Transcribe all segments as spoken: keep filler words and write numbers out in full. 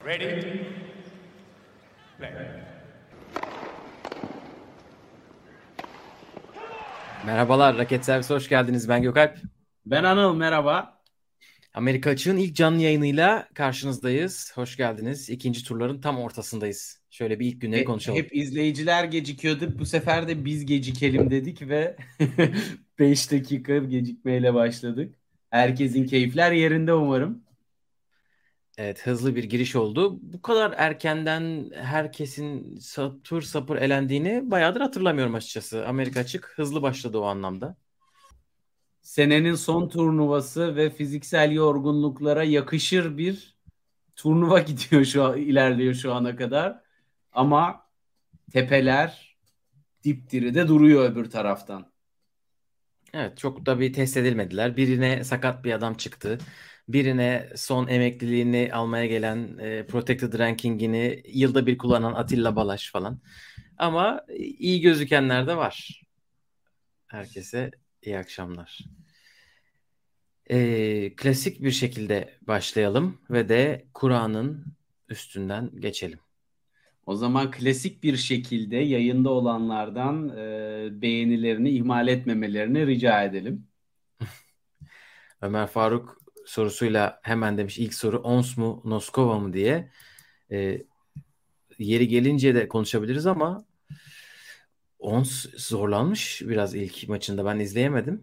Ready? Play. Merhabalar, Raket Servisi hoş geldiniz. Ben Gökalp. Ben Anıl, merhaba. Amerika Açık'ın ilk canlı yayınıyla karşınızdayız. Hoş geldiniz. İkinci turların tam ortasındayız. Şöyle bir ilk günleri E, konuşalım. hep izleyiciler gecikiyordu. Bu sefer de biz gecikelim dedik ve beş dakika gecikmeyle başladık. Herkesin keyifler yerinde umarım. Evet, hızlı bir giriş oldu. Bu kadar erkenden herkesin sapır sapır elendiğini bayağıdır hatırlamıyorum açıkçası. Amerika Açık hızlı başladı o anlamda. Senenin son turnuvası ve fiziksel yorgunluklara yakışır bir turnuva gidiyor şu an, ilerliyor şu ana kadar. Ama tepeler dipdiri de duruyor öbür taraftan. Evet, çok da bir test edilmediler. Birine sakat bir adam çıktı. Birine son emekliliğini almaya gelen e, Protected Ranking'ini yılda bir kullanan Atilla Balaş falan. Ama iyi gözükenler de var. Herkese iyi akşamlar. E, klasik bir şekilde başlayalım ve de Kur'an'ın üstünden geçelim. O zaman klasik bir şekilde yayında olanlardan e, beğenilerini ihmal etmemelerini rica edelim. Ömer Faruk sorusuyla hemen demiş ilk soru Ons mu Noskova mı diye. E, yeri gelince de konuşabiliriz ama Ons zorlanmış biraz ilk maçında. Ben izleyemedim.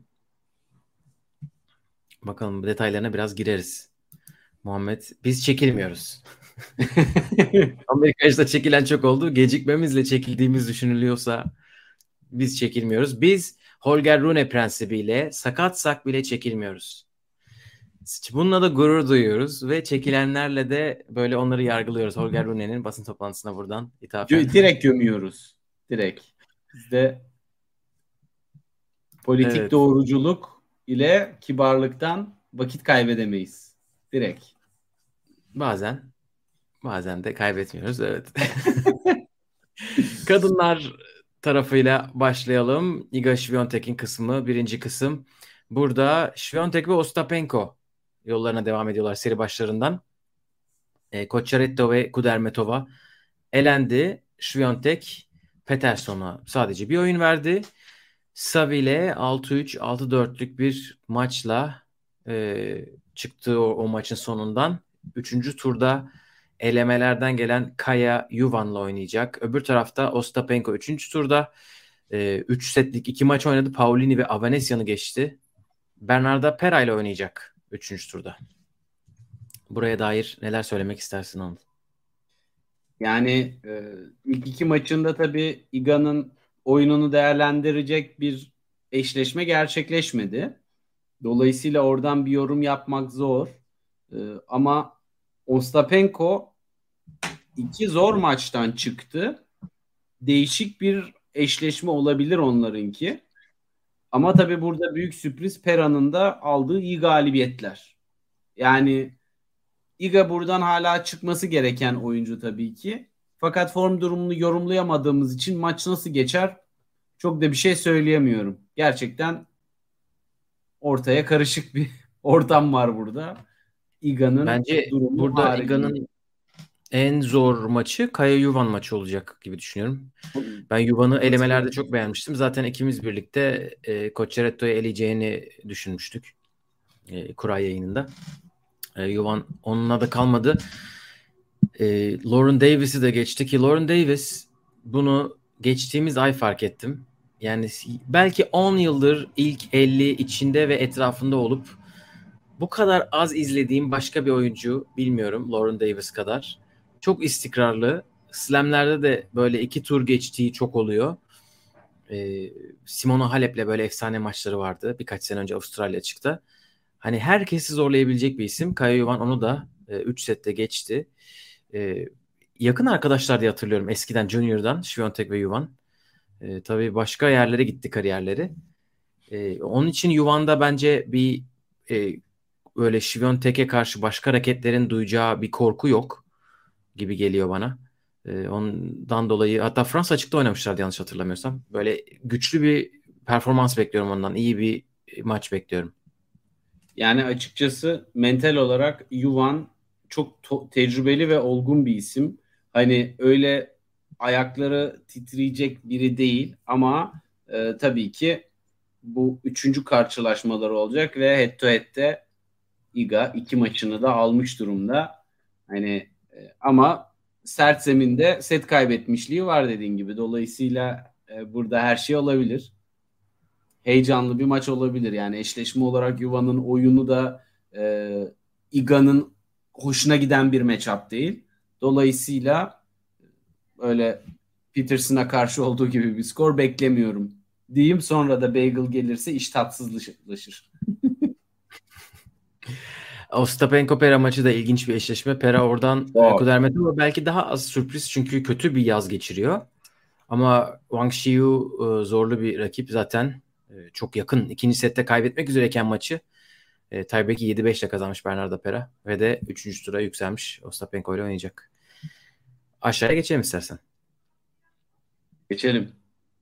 Bakalım detaylarına biraz gireriz. Muhammed biz çekilmiyoruz. Amerika'da çekilen çok oldu. Gecikmemizle çekildiğimiz düşünülüyorsa biz çekilmiyoruz. Biz Holger Rune prensibiyle sakatsak bile çekilmiyoruz. Bununla da gurur duyuyoruz ve çekilenlerle de böyle onları yargılıyoruz. Holger Rune'nin basın toplantısına buradan ithafen. Gö- direkt gömüyoruz. Direkt. Bizde politik Evet. doğruculuk ile kibarlıktan vakit kaybedemeyiz. Direkt. Bazen bazen de kaybetmiyoruz. Evet. Kadınlar tarafıyla başlayalım. Iga Świątek'in kısmı birinci kısım. Burada Świątek ve Ostapenko yollarına devam ediyorlar seri başlarından. E, Koçaretto ve Kudermetova elendi. Świątek Peterson'a sadece bir oyun verdi. Savile altı üç altı dörtlük bir maçla e, çıktı o, o maçın sonundan. Üçüncü turda elemelerden gelen Kaya Yuvan'la oynayacak. Öbür tarafta Ostapenko üçüncü turda e, üç setlik iki maç oynadı. Paulini ve Avanesyan'ı geçti. Bernarda Pera ile oynayacak üçüncü turda. Buraya dair neler söylemek istersin Anıl? Yani e, ilk iki maçında tabii Iga'nın oyununu değerlendirecek bir eşleşme gerçekleşmedi. Dolayısıyla oradan bir yorum yapmak zor. E, ama Ostapenko iki zor maçtan çıktı. Değişik bir eşleşme olabilir onlarınki. Ama tabii burada büyük sürpriz Pera'nın da aldığı iyi galibiyetler. Yani Iga buradan hala çıkması gereken oyuncu tabii ki. Fakat form durumunu yorumlayamadığımız için maç nasıl geçer çok da bir şey söyleyemiyorum. Gerçekten ortaya karışık bir ortam var burada. Iga'nın Bence durumu burada harici. Iga'nın en zor maçı Kaya Yuvan maçı olacak gibi düşünüyorum. Ben Yuvan'ı elemelerde çok beğenmiştim. Zaten ikimiz birlikte e, Koçeretto'yu eleyeceğini düşünmüştük. E, kura yayınında. E, Yuvan onunla da kalmadı. E, Lauren Davis'i de geçti ki Lauren Davis bunu geçtiğimiz ay fark ettim. Yani belki on yıldır ilk elli içinde ve etrafında olup bu kadar az izlediğim başka bir oyuncu bilmiyorum Lauren Davis kadar. Çok istikrarlı. Slam'lerde de böyle iki tur geçtiği çok oluyor. Ee, Simona Halep'le böyle efsane maçları vardı. Birkaç sene önce Avustralya çıktı. Hani herkesi zorlayabilecek bir isim. Kaya Yuvan onu da üç e, sette geçti. E, yakın arkadaşlar diye hatırlıyorum eskiden Junior'dan Świątek ve Yuvan. E, tabii başka yerlere gitti kariyerleri. E, onun için Yuvan'da bence bir e, öyle Świątek'e karşı başka raketlerin duyacağı bir korku yok gibi geliyor bana. Ee, ondan dolayı hatta Fransa açıkta oynamışlardı yanlış hatırlamıyorsam. Böyle güçlü bir performans bekliyorum ondan. İyi bir maç bekliyorum. Yani açıkçası mental olarak Yuvan çok to- tecrübeli ve olgun bir isim. Hani öyle ayakları titreyecek biri değil ama e, tabii ki bu üçüncü karşılaşmaları olacak ve head to head'te Iga iki maçını da almış durumda. Hani e, ama sert zeminde set kaybetmişliği var dediğin gibi. Dolayısıyla e, burada her şey olabilir. Heyecanlı bir maç olabilir. Yani eşleşme olarak Yuva'nın oyunu da e, Iga'nın hoşuna giden bir matchup değil. Dolayısıyla öyle Peterson'a karşı olduğu gibi bir skor beklemiyorum diyeyim. Sonra da Bagel gelirse iş tatsızlaşır. Ostapenko Pera maçı da ilginç bir eşleşme. Pera oradan Oh. Kudermetova belki daha az sürpriz çünkü kötü bir yaz geçiriyor. Ama Wang Xiyu e, zorlu bir rakip zaten. E, çok yakın. İkinci sette kaybetmek üzereyken maçı e, tiebreak'i yedi beş ile kazanmış Bernardo Pera ve de üçüncü tura yükselmiş. Ostapenko ile oynayacak. Aşağıya geçelim istersen. Geçelim.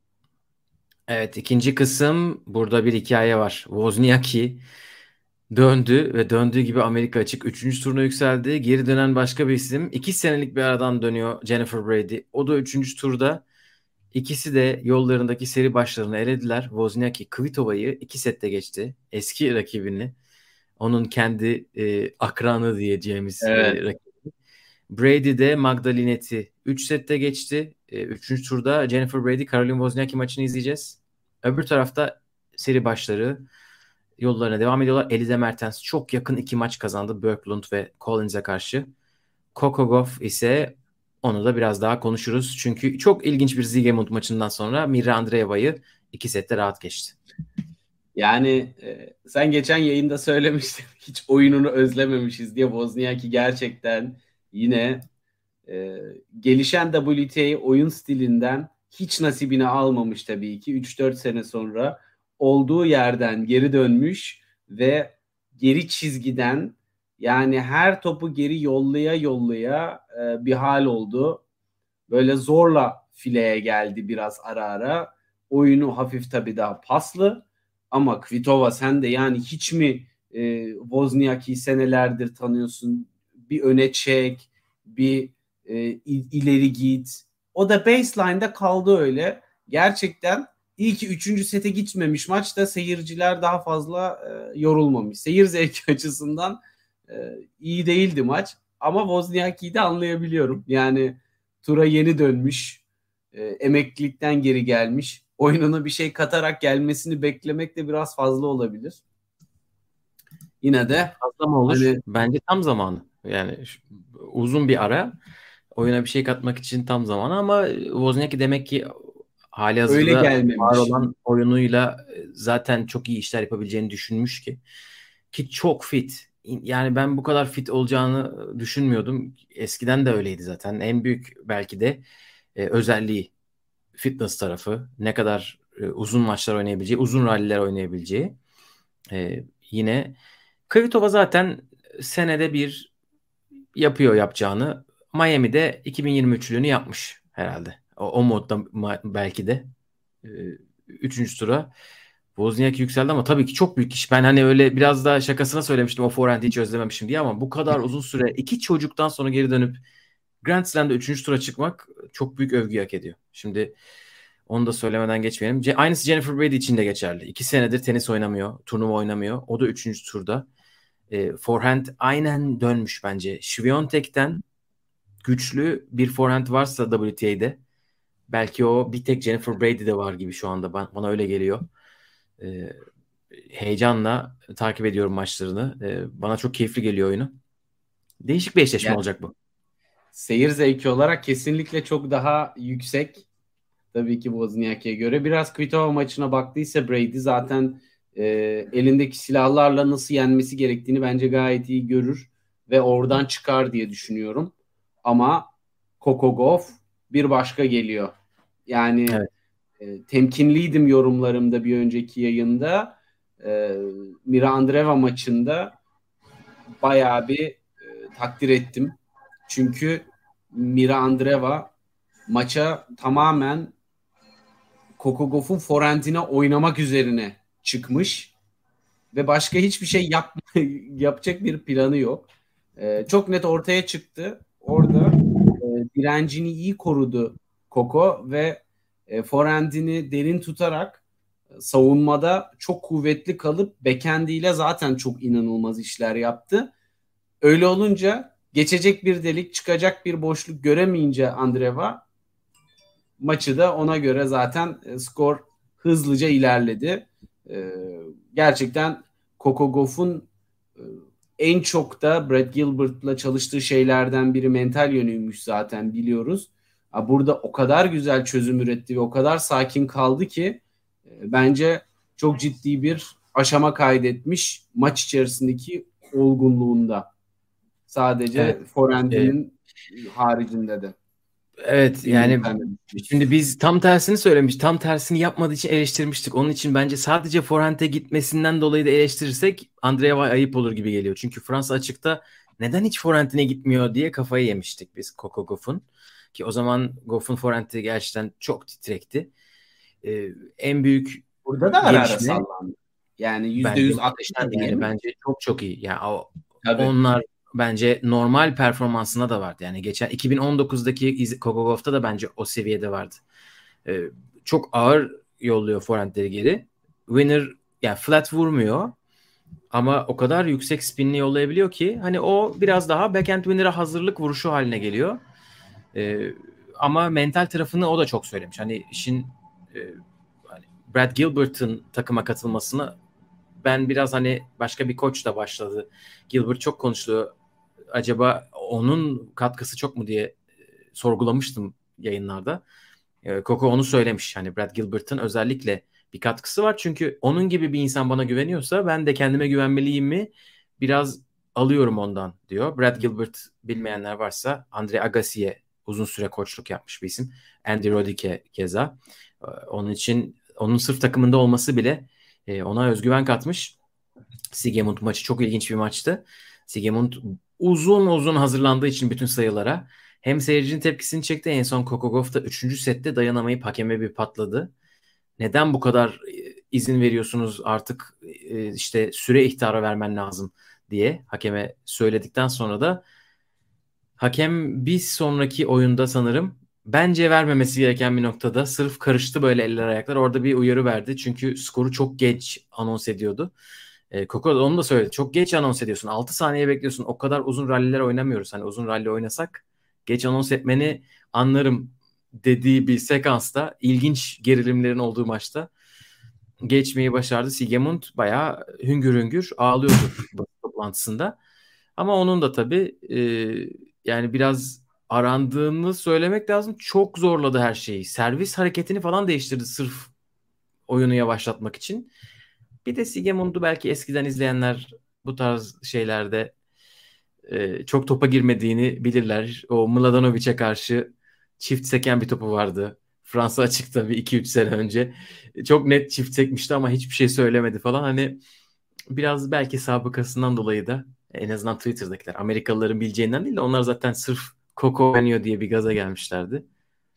Evet, ikinci kısım burada bir hikaye var. Wozniacki döndü ve döndüğü gibi Amerika açık üçüncü turuna yükseldi. Geri dönen başka bir isim. iki senelik bir aradan dönüyor Jennifer Brady. O da üçüncü turda. İkisi de yollarındaki seri başlarını elediler. Wozniacki Kvitova'yı iki sette geçti. Eski rakibini. Onun kendi e, akranı diyeceğimiz Evet. e, rakibi. Brady de Magdalenetti üç sette geçti. E, üçüncü turda Jennifer Brady Caroline Wozniacki maçını izleyeceğiz. Öbür tarafta seri başları yollarına devam ediyorlar. Elise Mertens çok yakın iki maç kazandı Björklund ve Collins'e karşı. Coco Gauff ise onu da biraz daha konuşuruz. Çünkü çok ilginç bir Siegemund maçından sonra Mira Andreeva'yı iki sette rahat geçti. Yani e, sen geçen yayında söylemiştin hiç oyununu özlememişiz diye. Wozniacki gerçekten yine e, gelişen W T A oyun stilinden hiç nasibini almamış tabii ki. üç dört sene sonra olduğu yerden geri dönmüş ve geri çizgiden yani her topu geri yollaya yollaya e, bir hal oldu. Böyle zorla fileye geldi biraz ara ara. Oyunu hafif tabii daha paslı. Ama Kvitova sen de yani hiç mi e, Wozniacki'yi senelerdir tanıyorsun? Bir öne çek, bir e, ileri git. O da baseline'da kaldı öyle. Gerçekten iyi ki üçüncü sete gitmemiş maçta seyirciler daha fazla e, yorulmamış. Seyir zevki açısından e, iyi değildi maç. Ama Wozniacki'yi de anlayabiliyorum. Yani tura yeni dönmüş. E, emeklilikten geri gelmiş. Oyununa bir şey katarak gelmesini beklemek de biraz fazla olabilir. Yine de fazla mı olur? hani, Bence tam zamanı. Yani şu, uzun bir ara oyuna bir şey katmak için tam zamanı ama Wozniacki demek ki hali öyle hazırda gelmemiş. var olan oyunuyla zaten çok iyi işler yapabileceğini düşünmüş ki. Ki çok fit. Yani ben bu kadar fit olacağını düşünmüyordum. Eskiden de öyleydi zaten. En büyük belki de e, özelliği fitness tarafı. Ne kadar e, uzun maçlar oynayabileceği, uzun ralliler oynayabileceği. E, yine Kvitova zaten senede bir yapıyor yapacağını. Miami'de iki bin yirmi üçlüğünü yapmış herhalde. O, o modda ma- belki de. E, üçüncü tura. Wozniacki yükseldi ama tabii ki çok büyük iş. Ben hani öyle biraz daha şakasına söylemiştim o forehand'i hiç özlememişim diye ama bu kadar uzun süre iki çocuktan sonra geri dönüp Grand Slam'da üçüncü tura çıkmak çok büyük övgü hak ediyor. Şimdi onu da söylemeden geçmeyelim. Ce- Aynısı Jennifer Brady için de geçerli. İki senedir tenis oynamıyor, turnuva oynamıyor. O da üçüncü turda. E, forehand aynen dönmüş bence. Świątek'ten güçlü bir forehand varsa W T A'de belki o bir tek Jennifer Brady'de var gibi şu anda. Ben, bana öyle geliyor. E, heyecanla takip ediyorum maçlarını. E, bana çok keyifli geliyor oyunu. Değişik bir eşleşme yani olacak bu. seyir zevki olarak kesinlikle çok daha yüksek. Tabii ki Wozniacki'ye göre. Biraz Kvitova maçına baktıysa Brady zaten e, elindeki silahlarla nasıl yenmesi gerektiğini bence gayet iyi görür ve oradan çıkar diye düşünüyorum. Ama Coco Gauff bir başka geliyor. Yani Evet. e, temkinliydim yorumlarımda bir önceki yayında. E, Mira Andreeva maçında bayağı bir e, takdir ettim. Çünkü Mira Andreeva maça tamamen Coco Gauff'un forehand'ine oynamak üzerine çıkmış ve başka hiçbir şey yap yapacak bir planı yok. e, çok net ortaya çıktı. Orada e, direncini iyi korudu Koko ve e, forehand'ini derin tutarak e, savunmada çok kuvvetli kalıp backhand'iyle zaten çok inanılmaz işler yaptı. Öyle olunca geçecek bir delik, çıkacak bir boşluk göremeyince Andreeva maçı da ona göre zaten e, skor hızlıca ilerledi. E, gerçekten Coco Gauff'un e, en çok da Brad Gilbert'la çalıştığı şeylerden biri mental yönüymüş zaten biliyoruz. Burada o kadar güzel çözüm üretti ve o kadar sakin kaldı ki e, bence çok ciddi bir aşama kaydetmiş maç içerisindeki olgunluğunda. Sadece Evet. forehand'inin e, haricinde de. Evet Bilmiyorum, yani sen de düşünüyorsun. şimdi biz tam tersini söylemiş, tam tersini yapmadığı için eleştirmiştik. Onun için bence sadece forehand'e gitmesinden dolayı da eleştirirsek Andreeva ayıp olur gibi geliyor. Çünkü Fransa açıkta neden hiç forehand'ine gitmiyor diye kafayı yemiştik biz Coco Gauff'un. Ki o zaman Gauff'un forehand'i gerçekten çok titrekti. Ee, en büyük Burada da ara ara gelişme sallandı. Yani yüzde bence yüz muhteşem, attı yani diyelim. bence çok çok iyi. Yani o, Tabii. onlar bence normal performansına da vardı. Yani geçen iki bin on dokuzdaki Coco Gauff'ta da bence o seviyede vardı. Ee, çok ağır yolluyor forehandleri geri. Winner yani flat vurmuyor ama o kadar yüksek spinli yollayabiliyor ki hani o biraz daha backhand winner'a hazırlık vuruşu haline geliyor. Ee, ama mental tarafını o da çok söylemiş. Hani işin e, hani Brad Gilbert'ın takıma katılmasını ben biraz hani başka bir koç da başladı. Gilbert çok konuştu. Acaba onun katkısı çok mu diye e, sorgulamıştım yayınlarda. E, Coco onu söylemiş. Hani Brad Gilbert'ın özellikle bir katkısı var. Çünkü onun gibi bir insan bana güveniyorsa ben de kendime güvenmeliyim mi biraz alıyorum ondan diyor. Brad Gilbert bilmeyenler varsa Andre Agassi'ye uzun süre koçluk yapmış bir isim. Andy Roddick'e keza. E, onun için onun sırf takımında olması bile e, ona özgüven katmış. Siegemund maçı çok ilginç bir maçtı. Siegemund uzun uzun hazırlandığı için bütün sayılara hem seyircinin tepkisini çekti. En son Coco Gauff da üçüncü sette dayanamayıp hakeme bir patladı. Neden bu kadar e, izin veriyorsunuz artık e, işte süre ihtarı vermen lazım diye hakeme söyledikten sonra da hakem bir sonraki oyunda sanırım bence vermemesi gereken bir noktada sırf karıştı böyle eller ayaklar orada bir uyarı verdi. Çünkü skoru çok geç anons ediyordu. E, Coco da onu da söyledi. Çok geç anons ediyorsun. altı saniye bekliyorsun. O kadar uzun ralliler oynamıyoruz. Hani uzun ralli oynasak geç anons etmeni anlarım dediği bir sekansta ilginç gerilimlerin olduğu maçta geçmeyi başardı. Siegemund bayağı hüngür hüngür ağlıyordu bu toplantısında. Ama onun da tabii e, yani biraz arandığını söylemek lazım. Çok zorladı her şeyi. Servis hareketini falan değiştirdi sırf oyunu yavaşlatmak için. Bir de Siegemund'u belki eskiden izleyenler bu tarz şeylerde e, çok topa girmediğini bilirler. O Mladenovic'e karşı çift seken bir topu vardı. Fransa açıkta bir iki üç sene önce. Çok net çift sekmişti ama hiçbir şey söylemedi falan. Hani biraz belki sabıkasından dolayı da en azından Twitter'dakiler Amerikalıların bileceğinden değil de onlar zaten sırf Coco oynuyor diye bir gaza gelmişlerdi.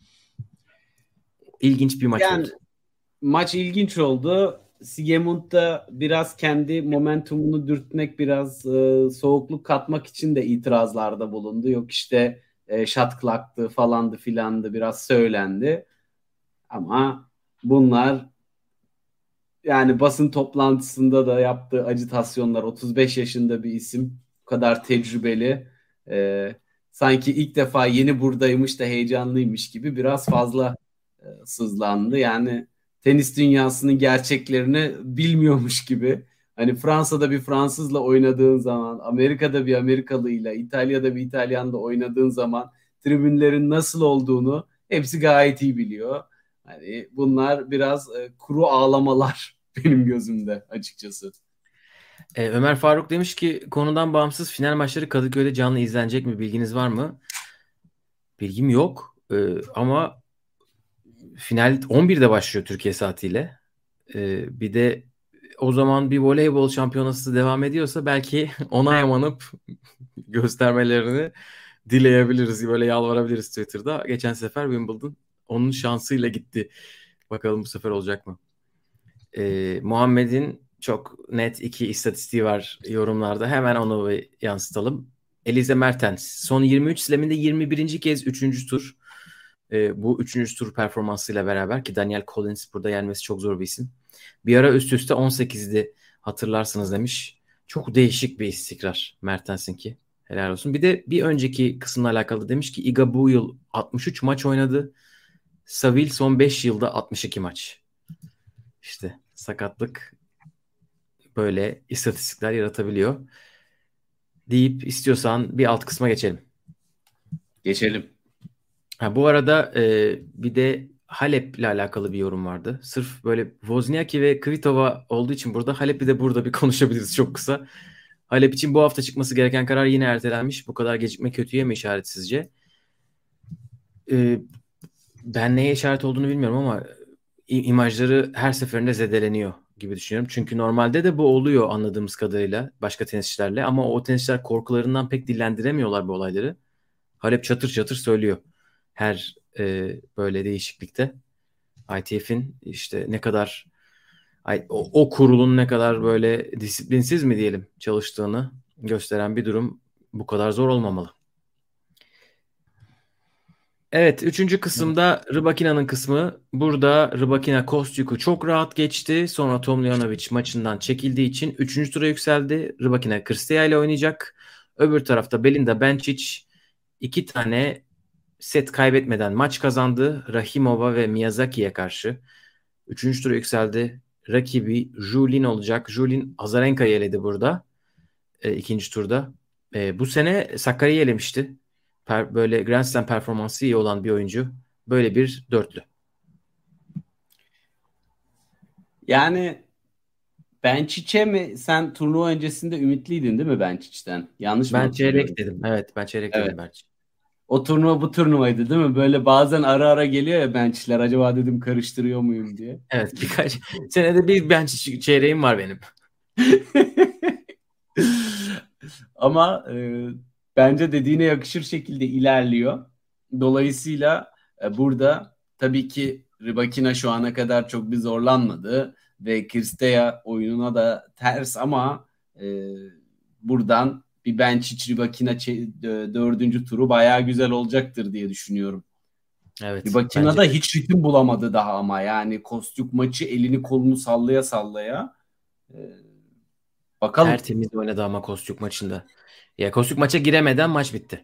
İlginç bir maç Yani oldu. maç ilginç oldu. Siegemund da biraz kendi momentumunu dürtmek, biraz e, soğukluk katmak için de itirazlarda bulundu. Yok işte e, shot clock'tı falandı filandı biraz söylendi. Ama bunlar yani basın toplantısında da yaptığı acitasyonlar, otuz beş yaşında bir isim, bu kadar tecrübeli, e, sanki ilk defa yeni buradaymış da heyecanlıymış gibi biraz fazla e, sızlandı. Yani tenis dünyasının gerçeklerini bilmiyormuş gibi. Hani Fransa'da bir Fransızla oynadığın zaman, Amerika'da bir Amerikalıyla, İtalya'da bir İtalyanla oynadığın zaman tribünlerin nasıl olduğunu hepsi gayet iyi biliyor. Hani bunlar biraz e, kuru ağlamalar benim gözümde açıkçası. Ee, Ömer Faruk demiş ki konudan bağımsız final maçları Kadıköy'de canlı izlenecek mi? Bilginiz var mı? Bilgim yok. Ee, ama final on birde başlıyor Türkiye saatiyle. Ee, bir de o zaman bir voleybol şampiyonası devam ediyorsa belki ona yamanıp göstermelerini dileyebiliriz. Böyle yalvarabiliriz Twitter'da. Geçen sefer Wimbledon onun şansıyla gitti. Bakalım bu sefer olacak mı? Ee, Muhammed'in çok net iki istatistiği var yorumlarda. Hemen onu bir yansıtalım. Elise Mertens. Son yirmi üç slam'inde yirmi birinci kez üçüncü tur. Ee, bu üçüncü tur performansıyla beraber ki Daniel Collins burada yenmesi çok zor bir isim. Bir ara üst üste on sekizdi hatırlarsınız demiş. Çok değişik bir istikrar Mertens'inki. Helal olsun. Bir de bir önceki kısımla alakalı demiş ki Iga bu yıl altmış üç maç oynadı. Saville son beş yılda altmış iki maç. İşte sakatlık böyle istatistikler yaratabiliyor. Deyip istiyorsan bir alt kısma geçelim. Geçelim. Ha, bu arada e, bir de Halep'le alakalı bir yorum vardı. Sırf böyle Wozniacki ve Kvitova olduğu için burada Halep'i de burada bir konuşabiliriz çok kısa. Halep için bu hafta çıkması gereken karar yine ertelenmiş. Bu kadar gecikme kötüye mi işaret sizce? E, ben neye işaret olduğunu bilmiyorum ama i- imajları her seferinde zedeleniyor gibi düşünüyorum. Çünkü normalde de bu oluyor anladığımız kadarıyla başka tenisçilerle ama o tenisçiler korkularından pek dillendiremiyorlar bu olayları. Halep çatır çatır söylüyor her e, böyle değişiklikte. I T F'in işte ne kadar o, o kurulun ne kadar böyle disiplinsiz mi diyelim çalıştığını gösteren bir durum, bu kadar zor olmamalı. Evet, üçüncü kısımda Rybakina'nın kısmı. Burada Rybakina Kostyuk'u çok rahat geçti. Sonra Tomljanovic maçından çekildiği için üçüncü tura yükseldi. Rybakina Krstea ile oynayacak. Öbür tarafta Belinda Bencic iki tane set kaybetmeden maç kazandı. Rahimova ve Miyazaki'ye karşı. Üçüncü tura yükseldi. Rakibi Julin olacak. Julin Azarenka'yı eledi burada. E, ikinci turda. E, bu sene Sakarya'yı elemişti. Per, böyle Grand Slam performansı iyi olan bir oyuncu. Böyle bir dörtlü. Yani Bencic'e mi sen turnuva öncesinde ümitliydin değil mi Bencic'ten? Yanlış mı Ben hatırlıyorum? çeyrek dedim. Evet, ben çeyrek Evet. dedim Berç. O turnuva bu turnuvaydı değil mi? Böyle bazen ara ara geliyor ya benchler. Acaba dedim karıştırıyor muyum diye. Evet, birkaç senede bir bench çeyreğim var benim. Ama e, bence dediğine yakışır şekilde ilerliyor. Dolayısıyla e, burada tabii ki Rybakina şu ana kadar çok bir zorlanmadı ve Krstea oyununa da ters ama e, buradan bir Bencic Rybakina çe- dö- dördüncü turu bayağı güzel olacaktır diye düşünüyorum. Evet, Rybakina bence da de. hiç ritim bulamadı daha ama yani Kostyuk maçı elini kolunu sallaya sallaya e, bakalım. Tertemiz oynadı ama Kostyuk maçında. Ya Kostyuk maça giremeden maç bitti.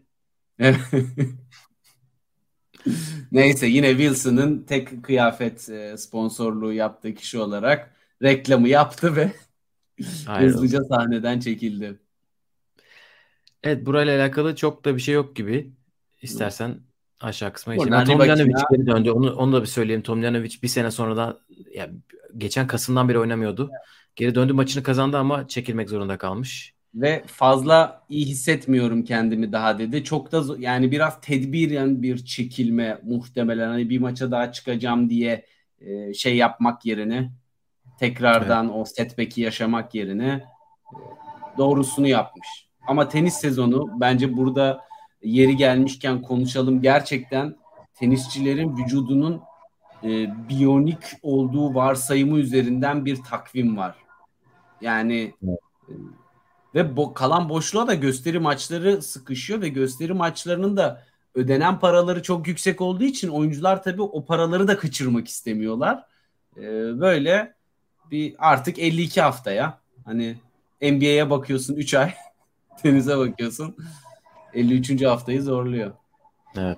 Neyse yine Wilson'ın tek kıyafet e, sponsorluğu yaptığı kişi olarak reklamı yaptı ve Ayrıldı. hızlıca sahneden çekildi. Evet, burayla alakalı çok da bir şey yok gibi. İstersen aşağı kısma geçelim. Ha, Buradan Tomljanovic Rybakina geri döndü. Onu, onu da bir söyleyeyim. Tomljanovic bir sene sonra da ya, geçen Kasım'dan beri oynamıyordu. Geri döndü, maçını kazandı ama çekilmek zorunda kalmış. ve fazla iyi hissetmiyorum kendimi daha dedi. Çok da zo- yani biraz tedbiren bir çekilme muhtemelen. Hani bir maça daha çıkacağım diye e, şey yapmak yerine tekrardan o setback'i yaşamak yerine e, doğrusunu yapmış. Ama tenis sezonu bence burada yeri gelmişken konuşalım. Gerçekten tenisçilerin vücudunun e, biyonik olduğu varsayımı üzerinden bir takvim var. Yani e, ve bo- kalan boşluğa da gösteri maçları sıkışıyor ve gösteri maçlarının da ödenen paraları çok yüksek olduğu için oyuncular tabii o paraları da kaçırmak istemiyorlar. E, böyle bir artık elli iki haftaya hani N B A'ye bakıyorsun üç ay tenise bakıyorsun elli üçüncü haftayı zorluyor. Evet.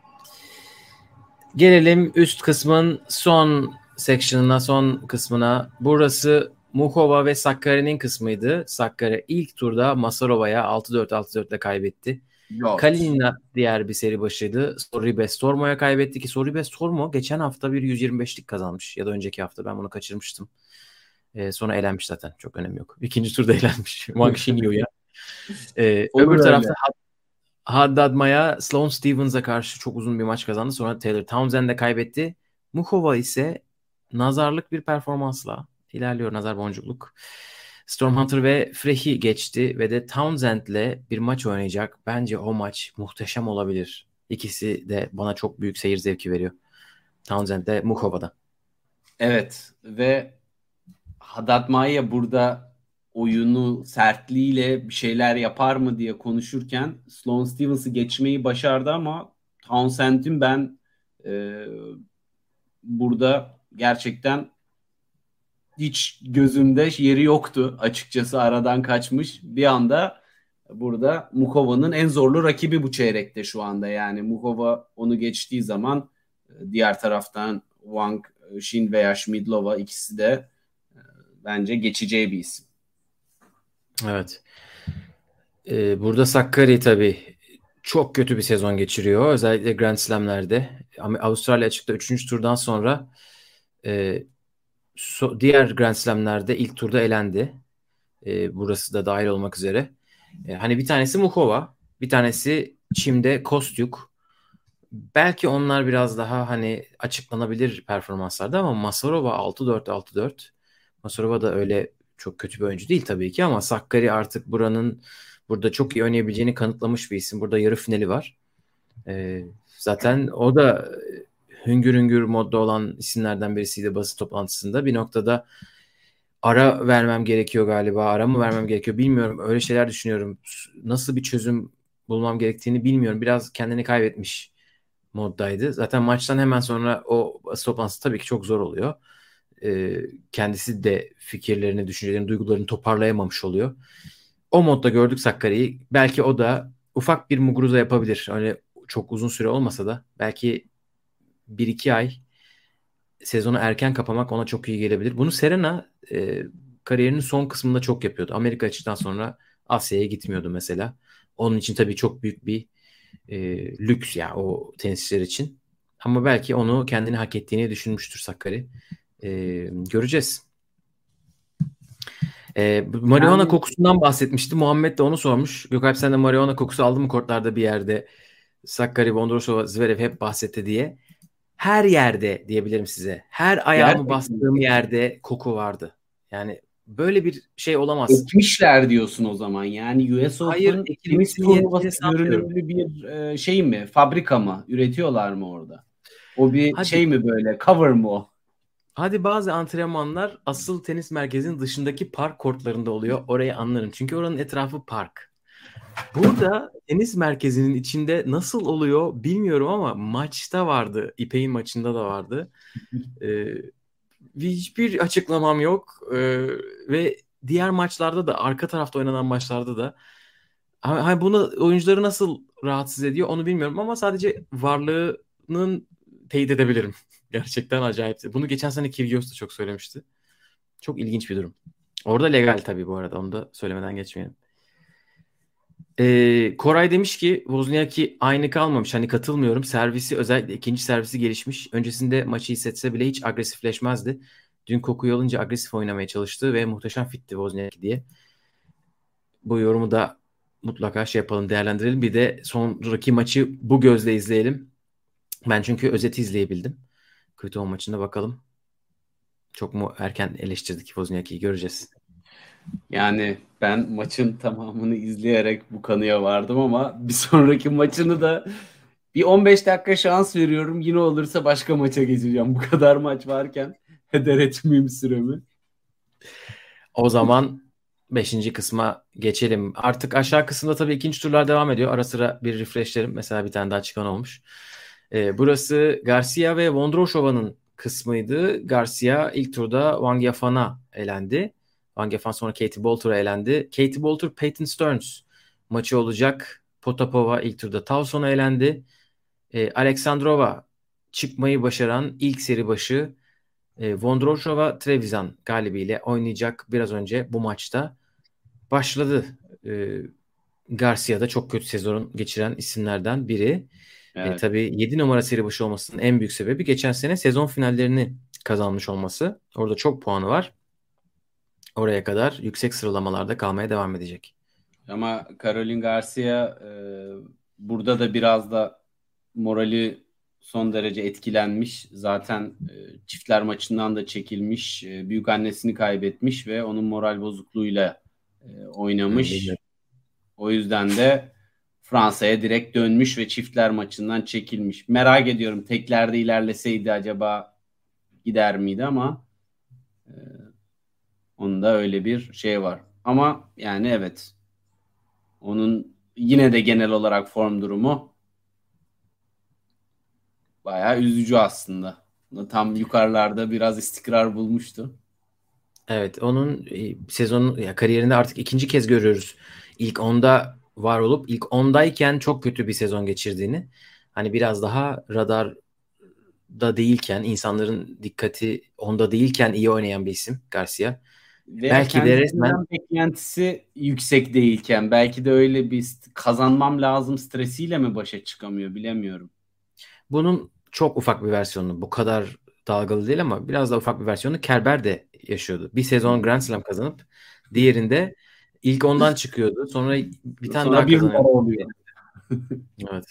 Gelelim üst kısmın son section'ına, son kısmına. Burası Muchova ve Sakkari'nin kısmıydı. Sakkari ilk turda Masarova'ya altı dört altı dört ile kaybetti. Yok. Kalinina diğer bir seri başıydı. Sorribes Tormo'ya kaybetti ki Sorribes Tormo geçen hafta bir yüz yirmi beşlik kazanmış. Ya da önceki hafta ben bunu kaçırmıştım. Ee, sonra elenmiş zaten. Çok önemi yok. İkinci turda elenmiş. Wang Xingyu'ya. Ee, öbür öyle. tarafta Haddad Maya Sloane Stephens'a karşı çok uzun bir maç kazandı. Sonra Taylor Townsend'e kaybetti. Muchova ise nazarlık bir performansla ilerliyor. Nazar boncukluk. Storm Hunter ve Frehi geçti ve de Townsend'le bir maç oynayacak. Bence o maç muhteşem olabilir. İkisi de bana çok büyük seyir zevki veriyor. Townsend de Muchova'da. Evet ve Haddad Maia burada oyunu sertliğiyle bir şeyler yapar mı diye konuşurken Sloane Stephens'ı geçmeyi başardı ama Townsend'in ben e, burada gerçekten hiç gözümde yeri yoktu açıkçası, aradan kaçmış. Bir anda burada Mukova'nın en zorlu rakibi bu çeyrekte şu anda. Yani Mukova onu geçtiği zaman diğer taraftan Wang Xin veya Schmidlova ikisi de bence geçeceği bir isim. Evet. Ee, burada Sakkari tabii çok kötü bir sezon geçiriyor. Özellikle Grand Slam'lerde. Avustralya açıkta üçüncü turdan sonra e, so, diğer Grand Slam'lerde ilk turda elendi. E, burası da dahil olmak üzere. E, hani bir tanesi Mukova, bir tanesi Çim'de Kostyuk. Belki onlar biraz daha hani açıklanabilir performanslarda ama Masarova altı dört altı dört. Masarova da öyle çok kötü bir oyuncu değil tabii ki ama Sakkari artık buranın burada çok iyi oynayabileceğini kanıtlamış bir isim. Burada yarı finali var. Ee, zaten o da hüngür hüngür modda olan isimlerden birisiydi basın toplantısında. Bir noktada ara vermem gerekiyor galiba. Ara mı vermem gerekiyor bilmiyorum. Öyle şeyler düşünüyorum. Nasıl bir çözüm bulmam gerektiğini bilmiyorum. Biraz kendini kaybetmiş moddaydı. Zaten maçtan hemen sonra o basın toplantısı tabii ki çok zor oluyor. Ee, kendisi de fikirlerini, düşüncelerini, duygularını toparlayamamış oluyor. O modda gördük Sakkari'yi. Belki o da ufak bir Muguruza yapabilir. Öyle çok uzun süre olmasa da belki bir iki ay sezonu erken kapamak ona çok iyi gelebilir. Bunu Serena e, kariyerinin son kısmında çok yapıyordu. Amerika açıktan sonra Asya'ya gitmiyordu mesela. Onun için tabii çok büyük bir e, lüks ya o tenisçiler için. Ama belki onu kendini hak ettiğini düşünmüştür Sakkari. E, göreceğiz. E, marihuana Yani, kokusundan bahsetmişti. Muhammed de onu sormuş. Gökalp sen de marihuana kokusu aldın mı kortlarda bir yerde? Sakkari, Vondrousova, Zverev hep bahsetti diye. Her yerde diyebilirim size. Her ayağımı gerçekten bastığım yerde koku vardı. Yani böyle bir şey olamaz. ekmişler diyorsun o zaman. Yani U S Hayır, Open tenis ekilmesi niyetini turnuvası sanmıyorum. görünümlü bir e, şey mi? Fabrika mı? Üretiyorlar mı orada? O bir Hadi şey mi böyle? Cover mı o? Hadi bazı antrenmanlar asıl tenis merkezinin dışındaki park kortlarında oluyor. Orayı anlarım. Çünkü oranın etrafı park. Burada tenis merkezinin içinde nasıl oluyor bilmiyorum ama maçta vardı. İpek'in maçında da vardı. Ee, hiçbir açıklamam yok. Ee, ve diğer maçlarda da arka tarafta oynanan maçlarda da ha, ha, bunu oyuncuları nasıl rahatsız ediyor onu bilmiyorum ama sadece varlığının teyit edebilirim. Gerçekten acayip. Bunu geçen sene Kyrgios da çok söylemişti. Çok ilginç bir durum. Orada legal tabii bu arada. Onu da söylemeden geçmeyelim. Ee, Koray demiş ki Wozniacki aynı kalmamış. Hani katılmıyorum. Servisi özellikle ikinci servisi gelişmiş. Öncesinde maçı hissetse bile hiç agresifleşmezdi. Dün kokuyu alınca agresif oynamaya çalıştı ve muhteşem fitti Wozniacki diye. Bu yorumu da mutlaka şey yapalım, değerlendirelim. Bir de sonraki maçı bu gözle izleyelim. Ben çünkü özeti izleyebildim. Kötü o maçına bakalım. Çok mu erken eleştirdik Wozniacki'yi göreceğiz. Yani ben maçın tamamını izleyerek bu kanıya vardım ama bir sonraki maçını da bir on beş dakika şans veriyorum. Yine olursa başka maça geçeceğim. Bu kadar maç varken heder etmeyeyim süremi. O zaman beşinci kısma geçelim. Artık aşağı kısımda tabii ikinci turlar devam ediyor. Ara sıra bir refreshlerim. Mesela bir tane daha çıkan olmuş. Ee, burası Garcia ve Vondrousova'nın kısmıydı. Garcia ilk turda Wang Yafan'a elendi. Wang Yafan sonra Katie Boulter'a elendi. Katie Boulter, Peyton Stearns maçı olacak. Potapova ilk turda Towson'a elendi. Ee, Alexandrova çıkmayı başaran ilk seri başı e, Vondrousova Trevisan galibiyle oynayacak biraz önce bu maçta başladı. E, Garcia da çok kötü sezon geçiren isimlerden biri. E, Evet. tabii yedi numara seri başı olmasının en büyük sebebi geçen sene sezon finallerini kazanmış olması. Orada çok puanı var. Oraya kadar yüksek sıralamalarda kalmaya devam edecek. Ama Caroline Garcia e, burada da biraz da morali son derece etkilenmiş. Zaten e, çiftler maçından da çekilmiş. E, büyük annesini kaybetmiş ve onun moral bozukluğuyla e, oynamış. Hmm, O yüzden de Fransa'ya direkt dönmüş ve çiftler maçından çekilmiş. Merak ediyorum teklerde ilerleseydi acaba gider miydi ama e, onun da öyle bir şey var. Ama yani evet. Onun yine de genel olarak form durumu bayağı üzücü aslında. Tam yukarılarda biraz istikrar bulmuştu. Evet, onun e, sezon ya kariyerinde artık ikinci kez görüyoruz. İlk onda var olup ilk ondayken çok kötü bir sezon geçirdiğini. Hani biraz daha radarda değilken, insanların dikkati onda değilken iyi oynayan bir isim Garcia. Veya Belki de resmen kendisinden beklentisi yüksek değilken belki de öyle bir st- kazanmam lazım stresiyle mi başa çıkamıyor bilemiyorum. bunun çok ufak bir versiyonu. Bu kadar dalgalı değil ama biraz da ufak bir versiyonu Kerber de yaşıyordu. Bir sezon Grand Slam kazanıp diğerinde ilk ondan çıkıyordu. Sonra bir tane Sonra daha bir numara kazanıyordu. oluyor. Evet.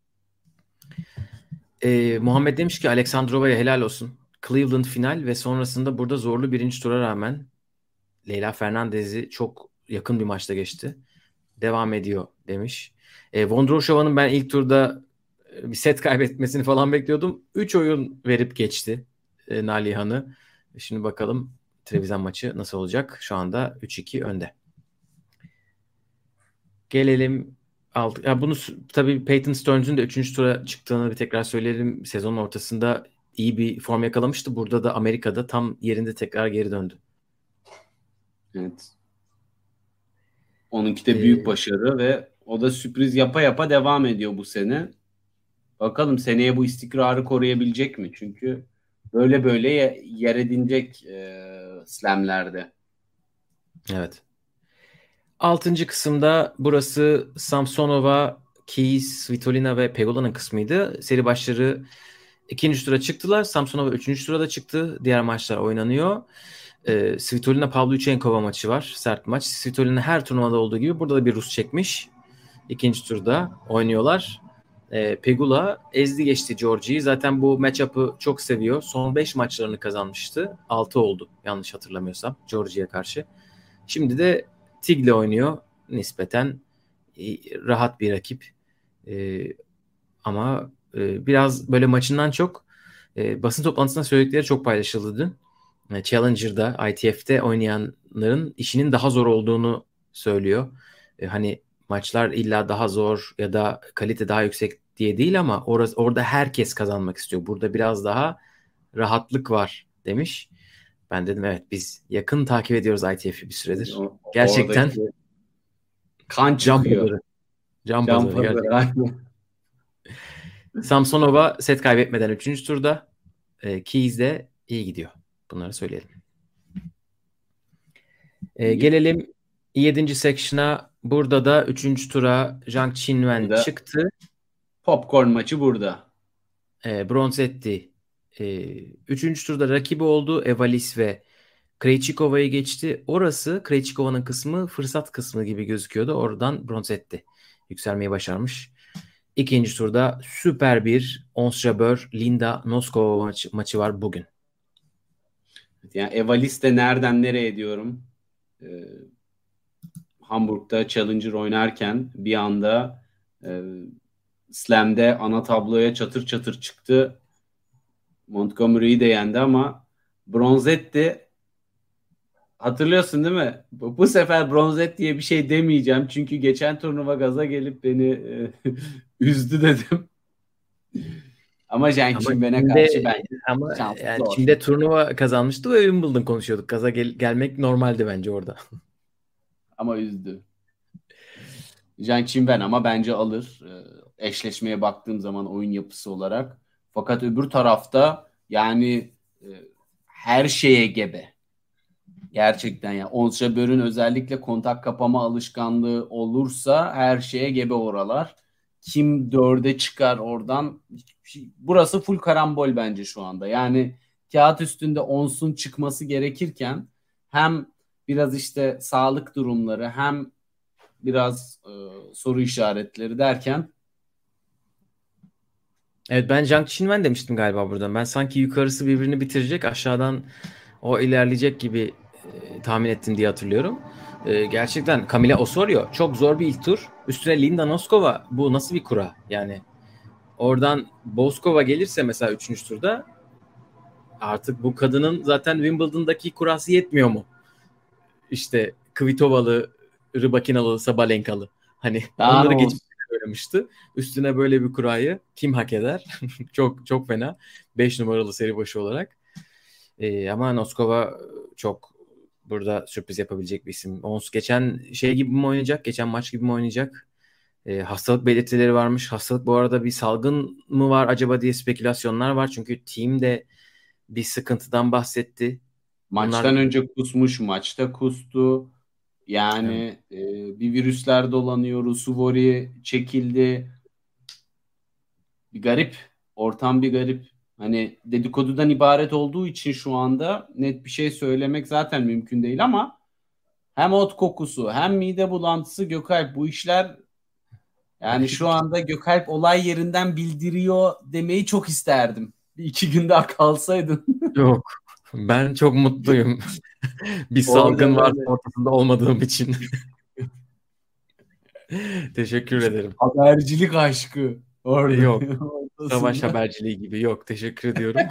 Ee, Muhammed demiş ki Aleksandrova'ya helal olsun. Cleveland final ve sonrasında burada zorlu birinci tura rağmen Leyla Fernandez'i çok yakın bir maçta geçti. Devam ediyor demiş. E, Vondroushova'nın ben ilk turda e, bir set kaybetmesini falan bekliyordum. üç oyun verip geçti e, Nalihan'ı. Şimdi bakalım Trevisan maçı nasıl olacak? Şu anda üç iki önde. Gelelim alt, ya bunu s- tabii Peyton Stearns'ün de üçüncü tura çıktığını bir tekrar söyleyelim. Sezonun ortasında iyi bir form yakalamıştı. Burada da Amerika'da tam yerinde tekrar geri döndü. Evet. Onunki de büyük Ee, başarı ve o da sürpriz yapa yapa devam ediyor bu sene. Bakalım seneye bu istikrarı koruyabilecek mi? Çünkü böyle böyle ye- yer edinecek e, slamlerde. evet. Altıncı kısımda burası Samsonova, Keys, Svitolina ve Pegula'nın kısmıydı. Seri başları ikinci tura çıktılar. Samsonova üçüncü turada çıktı. Diğer maçlar oynanıyor. Ee, Svitolina Pavlyuchenkova maçı var. Sert maç. Svitolina her turnuvada olduğu gibi burada da bir Rus çekmiş. İkinci turda oynuyorlar. Ee, Pegula ezdi geçti Georgie'yi. Zaten bu matchup'ı çok seviyor. Son beş maçlarını kazanmıştı. altı oldu yanlış hatırlamıyorsam Georgie'ye karşı. Şimdi de Tig'le oynuyor. Nispeten e, rahat bir rakip. E, ama e, biraz böyle maçından çok e, basın toplantısında söyledikleri çok paylaşıldı dün. E, Challenger'da, I T F'te oynayanların işinin daha zor olduğunu söylüyor. E, hani maçlar illa daha zor ya da kalite daha yüksek diye değil ama orası, orada herkes kazanmak istiyor. Burada biraz daha rahatlık var demiş. Ben dedim evet biz yakın takip ediyoruz I T F'i bir süredir. O- Gerçekten Oradaki kan can çıkıyor. pazarı. Can Can pazarı pazarı. gerçekten. Aynen. Samsonova set kaybetmeden üçüncü turda. E, Keys de iyi gidiyor. Bunları söyleyelim. E, İyi. gelelim yedinci section'a. Burada da üçüncü tura Zhang Qinwen Burada çıktı. popcorn maçı burada. E, Bronzetti. E, üçüncü turda rakibi oldu. Evalis ve Krejcikova'yı geçti. Orası Krejcikova'nın kısmı fırsat kısmı gibi gözüküyordu. Oradan Bronzetti yükselmeyi başarmış. İkinci turda süper bir Ons Jabeur Linda Noskova maçı, maçı var bugün. Yani Evalis de nereden nereye diyorum. Ee, Hamburg'da Challenger oynarken bir anda e, Slam'de ana tabloya çatır çatır çıktı. Montgomery'yi de yendi ama Bronzetti hatırlıyorsun değil mi? Bu, bu sefer Bronzetti diye bir şey demeyeceğim. Çünkü geçen turnuva gaza gelip beni e, üzdü dedim. Ama Zhang Ama Qinwen'e karşı Çin'de bence ama şansı yani zor. Çin'de turnuva kazanmıştı ve Wimbledon konuşuyorduk. Gaza gel- gelmek normaldi bence orada. Ama üzdü. Zhang Qinwen ama bence alır. Ee, eşleşmeye baktığım zaman oyun yapısı olarak. Fakat öbür tarafta yani e, her şeye gebe. Gerçekten ya. Ons Jabeur'ün özellikle kontak kapama alışkanlığı olursa her şeye gebe oralar. Kim dörde çıkar oradan? Burası full karambol bence şu anda. Yani kağıt üstünde Ons'un çıkması gerekirken hem biraz işte sağlık durumları hem biraz e, soru işaretleri derken Evet ben Zhang Qinwen demiştim galiba buradan. Ben sanki yukarısı birbirini bitirecek aşağıdan o ilerleyecek gibi e, tahmin ettim diye hatırlıyorum. E, gerçekten Camila Osorio çok zor bir ilk tur. Üstüne Linda Noskova bu nasıl bir kura? Yani oradan Boskova gelirse mesela üçüncü turda artık bu kadının zaten Wimbledon'daki kurası yetmiyor mu? İşte Kvitovalı, Rybakinalı, Sabalenkalı. Hani Daha onları olsun. geçip oynamıştı. Üstüne böyle bir kurayı kim hak eder? Çok çok fena. beş numaralı seri başı olarak. Ee, ama Noskova çok burada sürpriz yapabilecek bir isim. Ons geçen şey gibi mi oynayacak? Geçen maç gibi mi oynayacak? Ee, hastalık belirtileri varmış. Hastalık bu arada bir salgın mı var acaba diye spekülasyonlar var. Çünkü team de bir sıkıntıdan bahsetti. Maçtan Bunlar önce kusmuş, maçta kustu. evet. Yani e, bir virüsler dolanıyor. Suvori çekildi. Bir garip. Ortam bir garip. Hani dedikodudan ibaret olduğu için şu anda net bir şey söylemek zaten mümkün değil ama hem ot kokusu hem mide bulantısı Gökalp bu işler yani şu anda Gökalp olay yerinden bildiriyor demeyi çok isterdim. Bir iki gün daha kalsaydın. Yok. Ben çok mutluyum. Bir salgın Orada var böyle ortasında olmadığım için. Teşekkür ederim. habercilik aşkı orada Yok. Savaş ortasında. haberciliği gibi yok. Teşekkür ediyorum.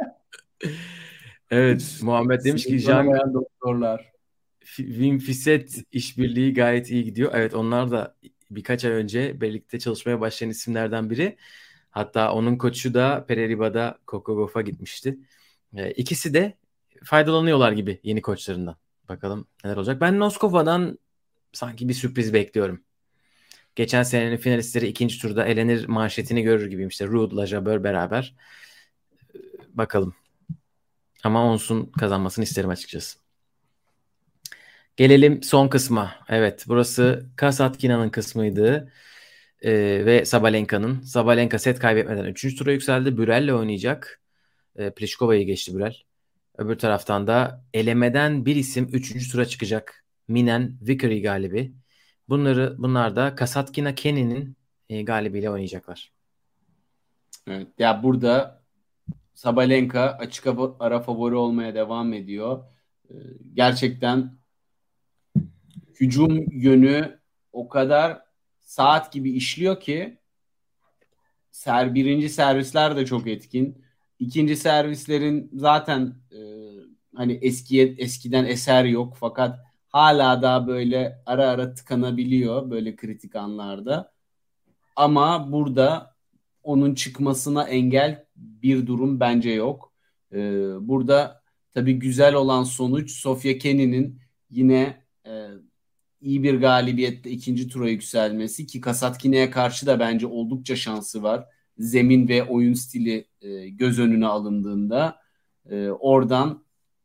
Evet. Muhammed demiş ki Jean Sınırlanamayan doktorlar. Wim Fissett işbirliği gayet iyi gidiyor. Evet, onlar da birkaç ay önce birlikte çalışmaya başlayan isimlerden biri. Hatta onun koçu da Pereriba'da Coco Gauff'a gitmişti. E, ikisi de faydalanıyorlar gibi yeni koçlarından. Bakalım neler olacak. Ben Noskova'dan sanki bir sürpriz bekliyorum. Geçen senenin finalistleri ikinci turda elenir manşetini görür gibiyim. İşte Ruud, Jabeur beraber. Bakalım. Ama Ons'un kazanmasını isterim açıkçası. Gelelim son kısma. Evet, burası Kasatkina'nın kısmıydı. Ee, ve Sabalenka'nın. Sabalenka set kaybetmeden üçüncü tura yükseldi. Bürel'le oynayacak. Ee, Pliškova'yı geçti Bürel. Öbür taraftan da elemeden bir isim üçüncü tura çıkacak. Minen Vickery galibi. Bunları bunlar da Kasatkina Kenny'nin e, galibiyle oynayacaklar. Evet, ya burada Sabalenka açık ara favori olmaya devam ediyor. Ee, Gerçekten hücum yönü o kadar saat gibi işliyor ki ser birinci servisler de çok etkin. İkinci servislerin zaten e, hani eskiye eskiden eser yok fakat hala daha böyle ara ara tıkanabiliyor böyle kritik anlarda. Ama burada onun çıkmasına engel bir durum bence yok. Ee, burada tabii güzel olan sonuç Sofia Kenin'in yine e, iyi bir galibiyette ikinci tura yükselmesi ki Kasatkine'ye karşı da bence oldukça şansı var. Zemin ve oyun stili e, göz önüne alındığında e, oradan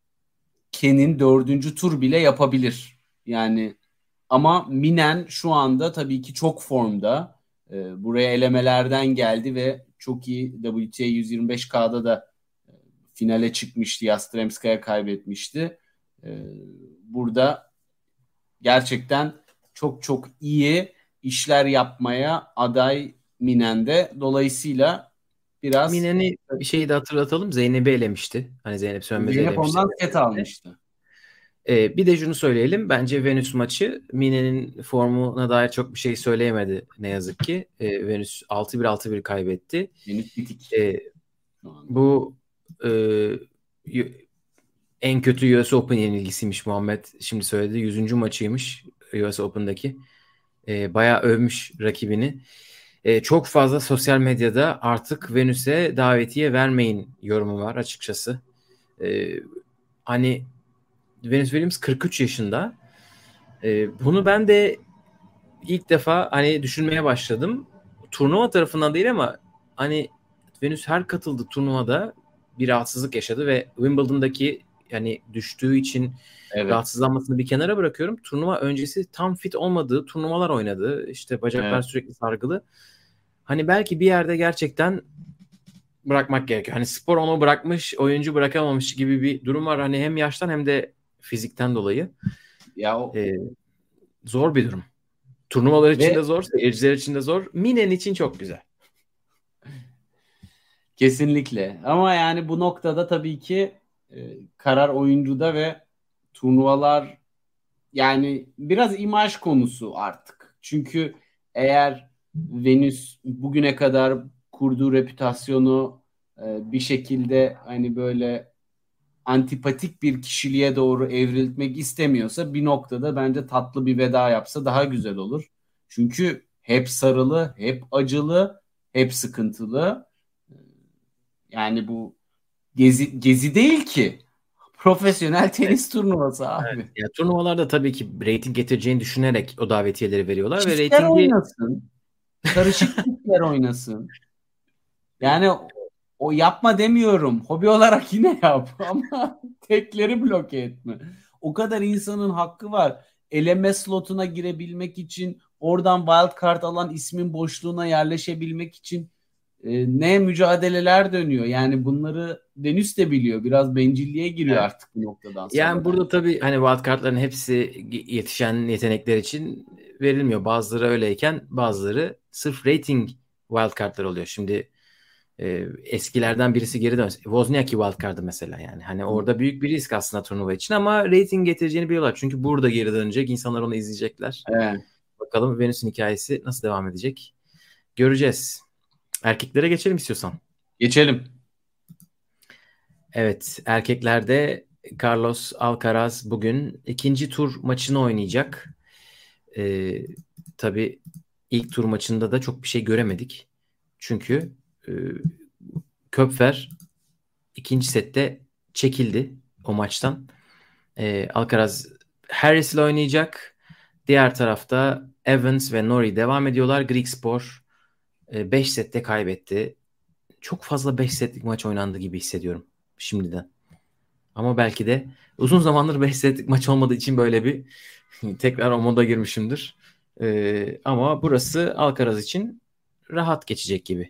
Kenin dördüncü tur bile yapabilir. Yani ama Minen şu anda tabii ki çok formda. E, buraya elemelerden geldi ve çok iyi W T A yüz yirmi beş K'da da e, finale çıkmıştı. Yastremska'ya kaybetmişti. E, burada gerçekten çok çok iyi işler yapmaya aday Minen'de. Dolayısıyla biraz Minen'i bir şeyi de hatırlatalım. Zeynep'i elemişti. Hani Zeynep Sönmez'i Zeynep elemişti. ondan set almıştı. Ee, bir de şunu söyleyelim. Bence Venüs maçı Mine'nin formuna dair çok bir şey söyleyemedi ne yazık ki. Ee, Venüs altı bir altı bir kaybetti. Venüs bitik Ee, şu anda. bu e, y- en kötü U S Open yenilgisiymiş Muhammed. Şimdi söyledi. yüzüncü maçıymış U S Open'daki. Ee, bayağı övmüş rakibini. Ee, çok fazla sosyal medyada artık Venüs'e davetiye vermeyin yorumu var açıkçası. Ee, hani Venus Williams kırk üç yaşında. Ee, bunu ben de ilk defa hani düşünmeye başladım. Turnuva tarafından değil ama hani Venus her katıldığı turnuvada bir rahatsızlık yaşadı ve Wimbledon'daki yani düştüğü için Evet. rahatsızlanmasını bir kenara bırakıyorum. Turnuva öncesi tam fit olmadığı turnuvalar oynadı. İşte bacaklar Evet. sürekli sargılı. Hani belki bir yerde gerçekten bırakmak gerekiyor. Hani spor onu bırakmış, oyuncu bırakamamış gibi bir durum var. Hani hem yaştan hem de fizikten dolayı. Ya o Ee, zor bir durum. Turnuvalar için ve de zor, seyirciler için de zor. Minen için çok güzel. kesinlikle. Ama yani bu noktada tabii ki e, karar oyuncuda ve turnuvalar yani biraz imaj konusu artık. Çünkü eğer Venüs bugüne kadar kurduğu reputasyonu e, bir şekilde hani böyle antipatik bir kişiliğe doğru evrilmek istemiyorsa bir noktada bence tatlı bir veda yapsa daha güzel olur. Çünkü hep sarılı, hep acılı, hep sıkıntılı. Yani bu gezi gezi değil ki. Profesyonel tenis turnuvası abi. Evet. Ya, turnuvalarda tabii ki reyting getireceğini düşünerek o davetiyeleri veriyorlar ve Çiftler reytingi oynasın. Karışık çiftler oynasın. Yani o yapma demiyorum. Hobi olarak yine yap ama tekleri bloke etme. O kadar insanın hakkı var. Eleme slotuna girebilmek için, oradan wild card alan ismin boşluğuna yerleşebilmek için e, ne mücadeleler dönüyor. Yani bunları Venüs de biliyor. Biraz bencilliğe giriyor Evet. artık bu noktadan sonra. Yani burada tabii hani wildcard'ların hepsi yetişen yetenekler için verilmiyor. Bazıları öyleyken bazıları sırf rating wildcard'lar oluyor. Şimdi e, eskilerden birisi geri dönse. Wozniacki wildcard'ı mesela yani. Hani orada büyük bir risk aslında turnuva için ama rating getireceğini biliyorlar. Çünkü burada geri dönecek. İnsanlar onu izleyecekler. Evet. Bakalım Venüs'ün hikayesi nasıl devam edecek? Göreceğiz. Erkeklere geçelim istiyorsan. Geçelim. Evet, erkeklerde Carlos Alcaraz bugün ikinci tur maçını oynayacak. Ee, tabii ilk tur maçında da çok bir şey göremedik. Çünkü e, Köpfer ikinci sette çekildi o maçtan. Ee, Alcaraz Harris ile oynayacak. Diğer tarafta Evans ve Norrie devam ediyorlar. Griekspoor beş sette kaybetti. Çok fazla beş setlik maç oynandı gibi hissediyorum şimdiden. Ama belki de uzun zamandır beş setlik maç olmadığı için böyle bir tekrar o moda girmişimdir. Ee, ama burası Alcaraz için rahat geçecek gibi.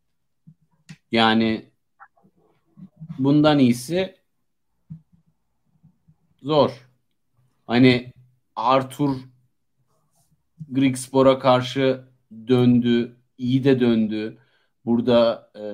Yani bundan iyisi zor. Hani Arthur Griekspoor'a karşı döndü. İyi de döndü. Burada e,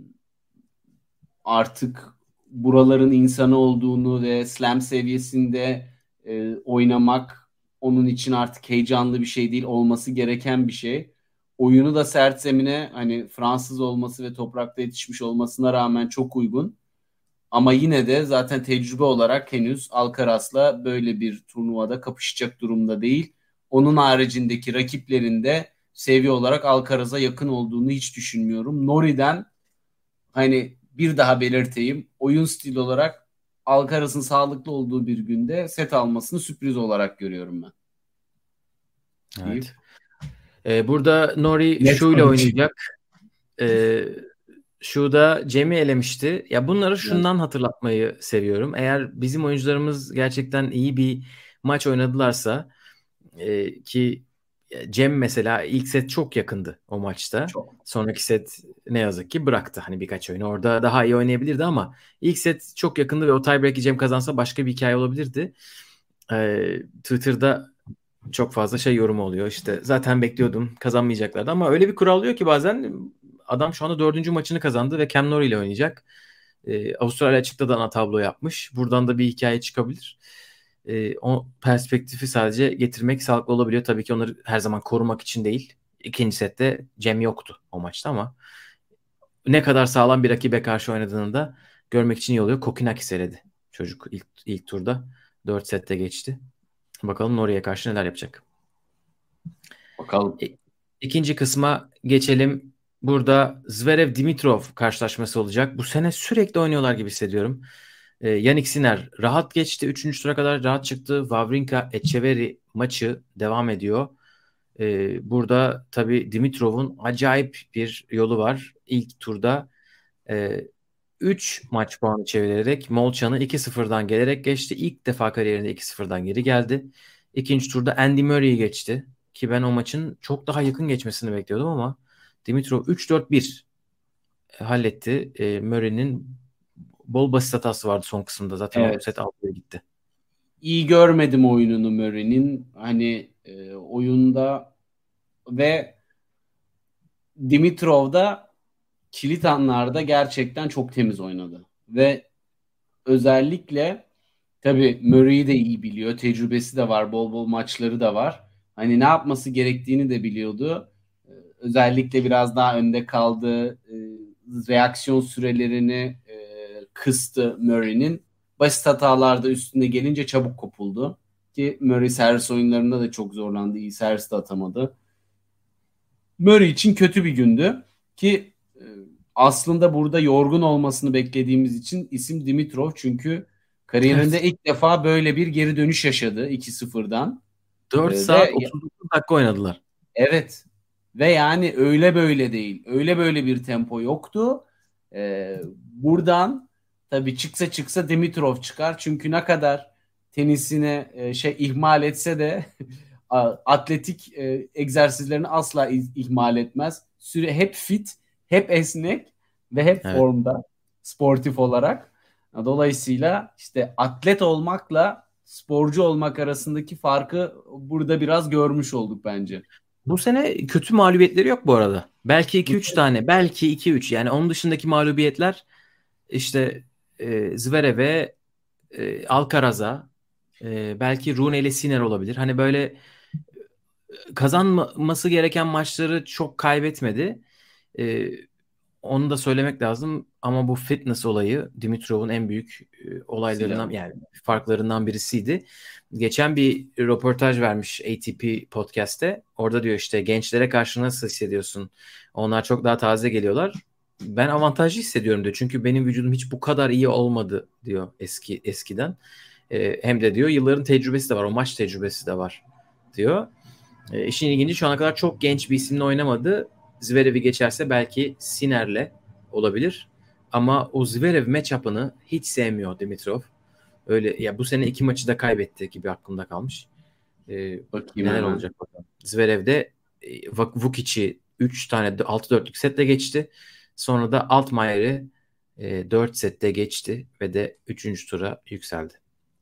artık buraların insanı olduğunu ve slam seviyesinde e, oynamak onun için artık heyecanlı bir şey değil, olması gereken bir şey. Oyunu da sert zemine, hani Fransız olması ve toprakta yetişmiş olmasına rağmen çok uygun. Ama yine de zaten tecrübe olarak henüz Alcaraz'la böyle bir turnuvada kapışacak durumda değil. Onun haricindeki rakiplerinde seviye olarak Alcaraz'a yakın olduğunu hiç düşünmüyorum. Norrie'den hani bir daha belirteyim, oyun stili olarak Alcaraz'ın sağlıklı olduğu bir günde set almasını sürpriz olarak görüyorum ben. Evet. Ee, burada Norrie Net Shu ile sonuç. oynayacak. Ee, Shu da Cem'i elemişti. Ya bunları şundan hatırlatmayı seviyorum. Eğer bizim oyuncularımız gerçekten iyi bir maç oynadılarsa e, ki Cem mesela ilk set çok yakındı o maçta. Çok. Sonraki set ne yazık ki bıraktı hani birkaç oyunu. Orada daha iyi oynayabilirdi ama ilk set çok yakındı ve o tiebreak'i Cem kazansa başka bir hikaye olabilirdi. Ee, Twitter'da çok fazla şey yorumu oluyor. İşte zaten bekliyordum kazanmayacaklardı ama öyle bir kural oluyor ki bazen adam şu anda dördüncü maçını kazandı ve Cam Norrie ile oynayacak. Ee, Avustralya açıkta da ana tablo yapmış. Buradan da bir hikaye çıkabilir. Ee, o perspektifi sadece getirmek sağlıklı olabiliyor. Tabii ki onları her zaman korumak için değil. İkinci sette Cem yoktu o maçta ama ne kadar sağlam bir rakibe karşı oynadığını da görmek için iyi oluyor. Kokinakis eledi çocuk ilk, ilk turda. dört sette geçti. Bakalım Norrie'ye karşı neler yapacak. Bakalım. E, İkinci kısma geçelim. Burada Zverev Dimitrov karşılaşması olacak. Bu sene sürekli oynuyorlar gibi hissediyorum. Ee, Yannick Sinner rahat geçti. Üçüncü tura kadar rahat çıktı. Wawrinka Etcheverry maçı devam ediyor. Ee, burada tabii Dimitrov'un acayip bir yolu var. İlk turda üç maç puanı çevirerek Molchan'ı iki sıfırdan gelerek geçti. İlk defa kariyerinde iki sıfırdan geri geldi. İkinci turda Andy Murray'i geçti. Ki ben o maçın çok daha yakın geçmesini bekliyordum ama Dimitrov üç dört bir halletti. E, Murray'nin bol basit hatası vardı son kısımda. Zaten Evet. o set altıya gitti. İyi görmedim oyununu Murray'nin. Hani e, oyunda ve Dimitrov da kilit anlarda gerçekten çok temiz oynadı. Ve özellikle tabii Murray'i de iyi biliyor. Tecrübesi de var. Bol bol maçları da var. Hani ne yapması gerektiğini de biliyordu. Ee, Özellikle biraz daha önde kaldı. Ee, Reaksiyon sürelerini e, kıstı Murray'nin. basit hatalarda üstünde gelince çabuk kopuldu. Ki Murray servis oyunlarında da çok zorlandı. İyi servis de atamadı. Murray için kötü bir gündü. Ki e, aslında burada yorgun olmasını beklediğimiz için isim Dimitrov. Çünkü kariyerinde evet. ilk defa böyle bir geri dönüş yaşadı iki sıfırdan. dört saat ve, otuz dokuz dakika oynadılar. Evet. Ve yani öyle böyle değil. Öyle böyle bir tempo yoktu. Ee, buradan tabii çıksa çıksa Dimitrov çıkar. Çünkü ne kadar tenisine e, şey ihmal etse de atletik e, egzersizlerini asla ihmal etmez. Süre hep fit, hep esnek ve hep evet. formda sportif olarak. Dolayısıyla işte atlet olmakla sporcu olmak arasındaki farkı burada biraz görmüş olduk bence. Bu sene kötü mağlubiyetleri yok bu arada. Belki iki üç tane, belki iki üç. Yani onun dışındaki mağlubiyetler işte e, Zverev'e, e, Alcaraz'a, e, belki Rune ile Sinner olabilir. Hani böyle kazanması gereken maçları çok kaybetmedi. E, onu da söylemek lazım. Ama bu fitness olayı Dimitrov'un en büyük e, olaylarından Silah. yani farklarından birisiydi. Geçen bir röportaj vermiş A T P podcast'te. Orada diyor işte gençlere karşı nasıl hissediyorsun? Onlar çok daha taze geliyorlar. Ben avantajlı hissediyorum diyor. Çünkü benim vücudum hiç bu kadar iyi olmadı diyor eski eskiden. E, hem de diyor yılların tecrübesi de var. O maç tecrübesi de var diyor. E, işin ilginci şu ana kadar çok genç bir isimle oynamadı. Zverev'i geçerse belki Sinner'le olabilir. Ama o Zverev matchup'ını hiç sevmiyor Dimitrov. Öyle ya bu sene iki maçı da kaybetti gibi aklımda kalmış. Ee, Bakayım neler hemen. olacak bakalım. Zverev'de e, Vukic'i üç tane altı dörtlük setle geçti. Sonra da Altmaier'i e, dört sette geçti ve de üçüncü tura yükseldi.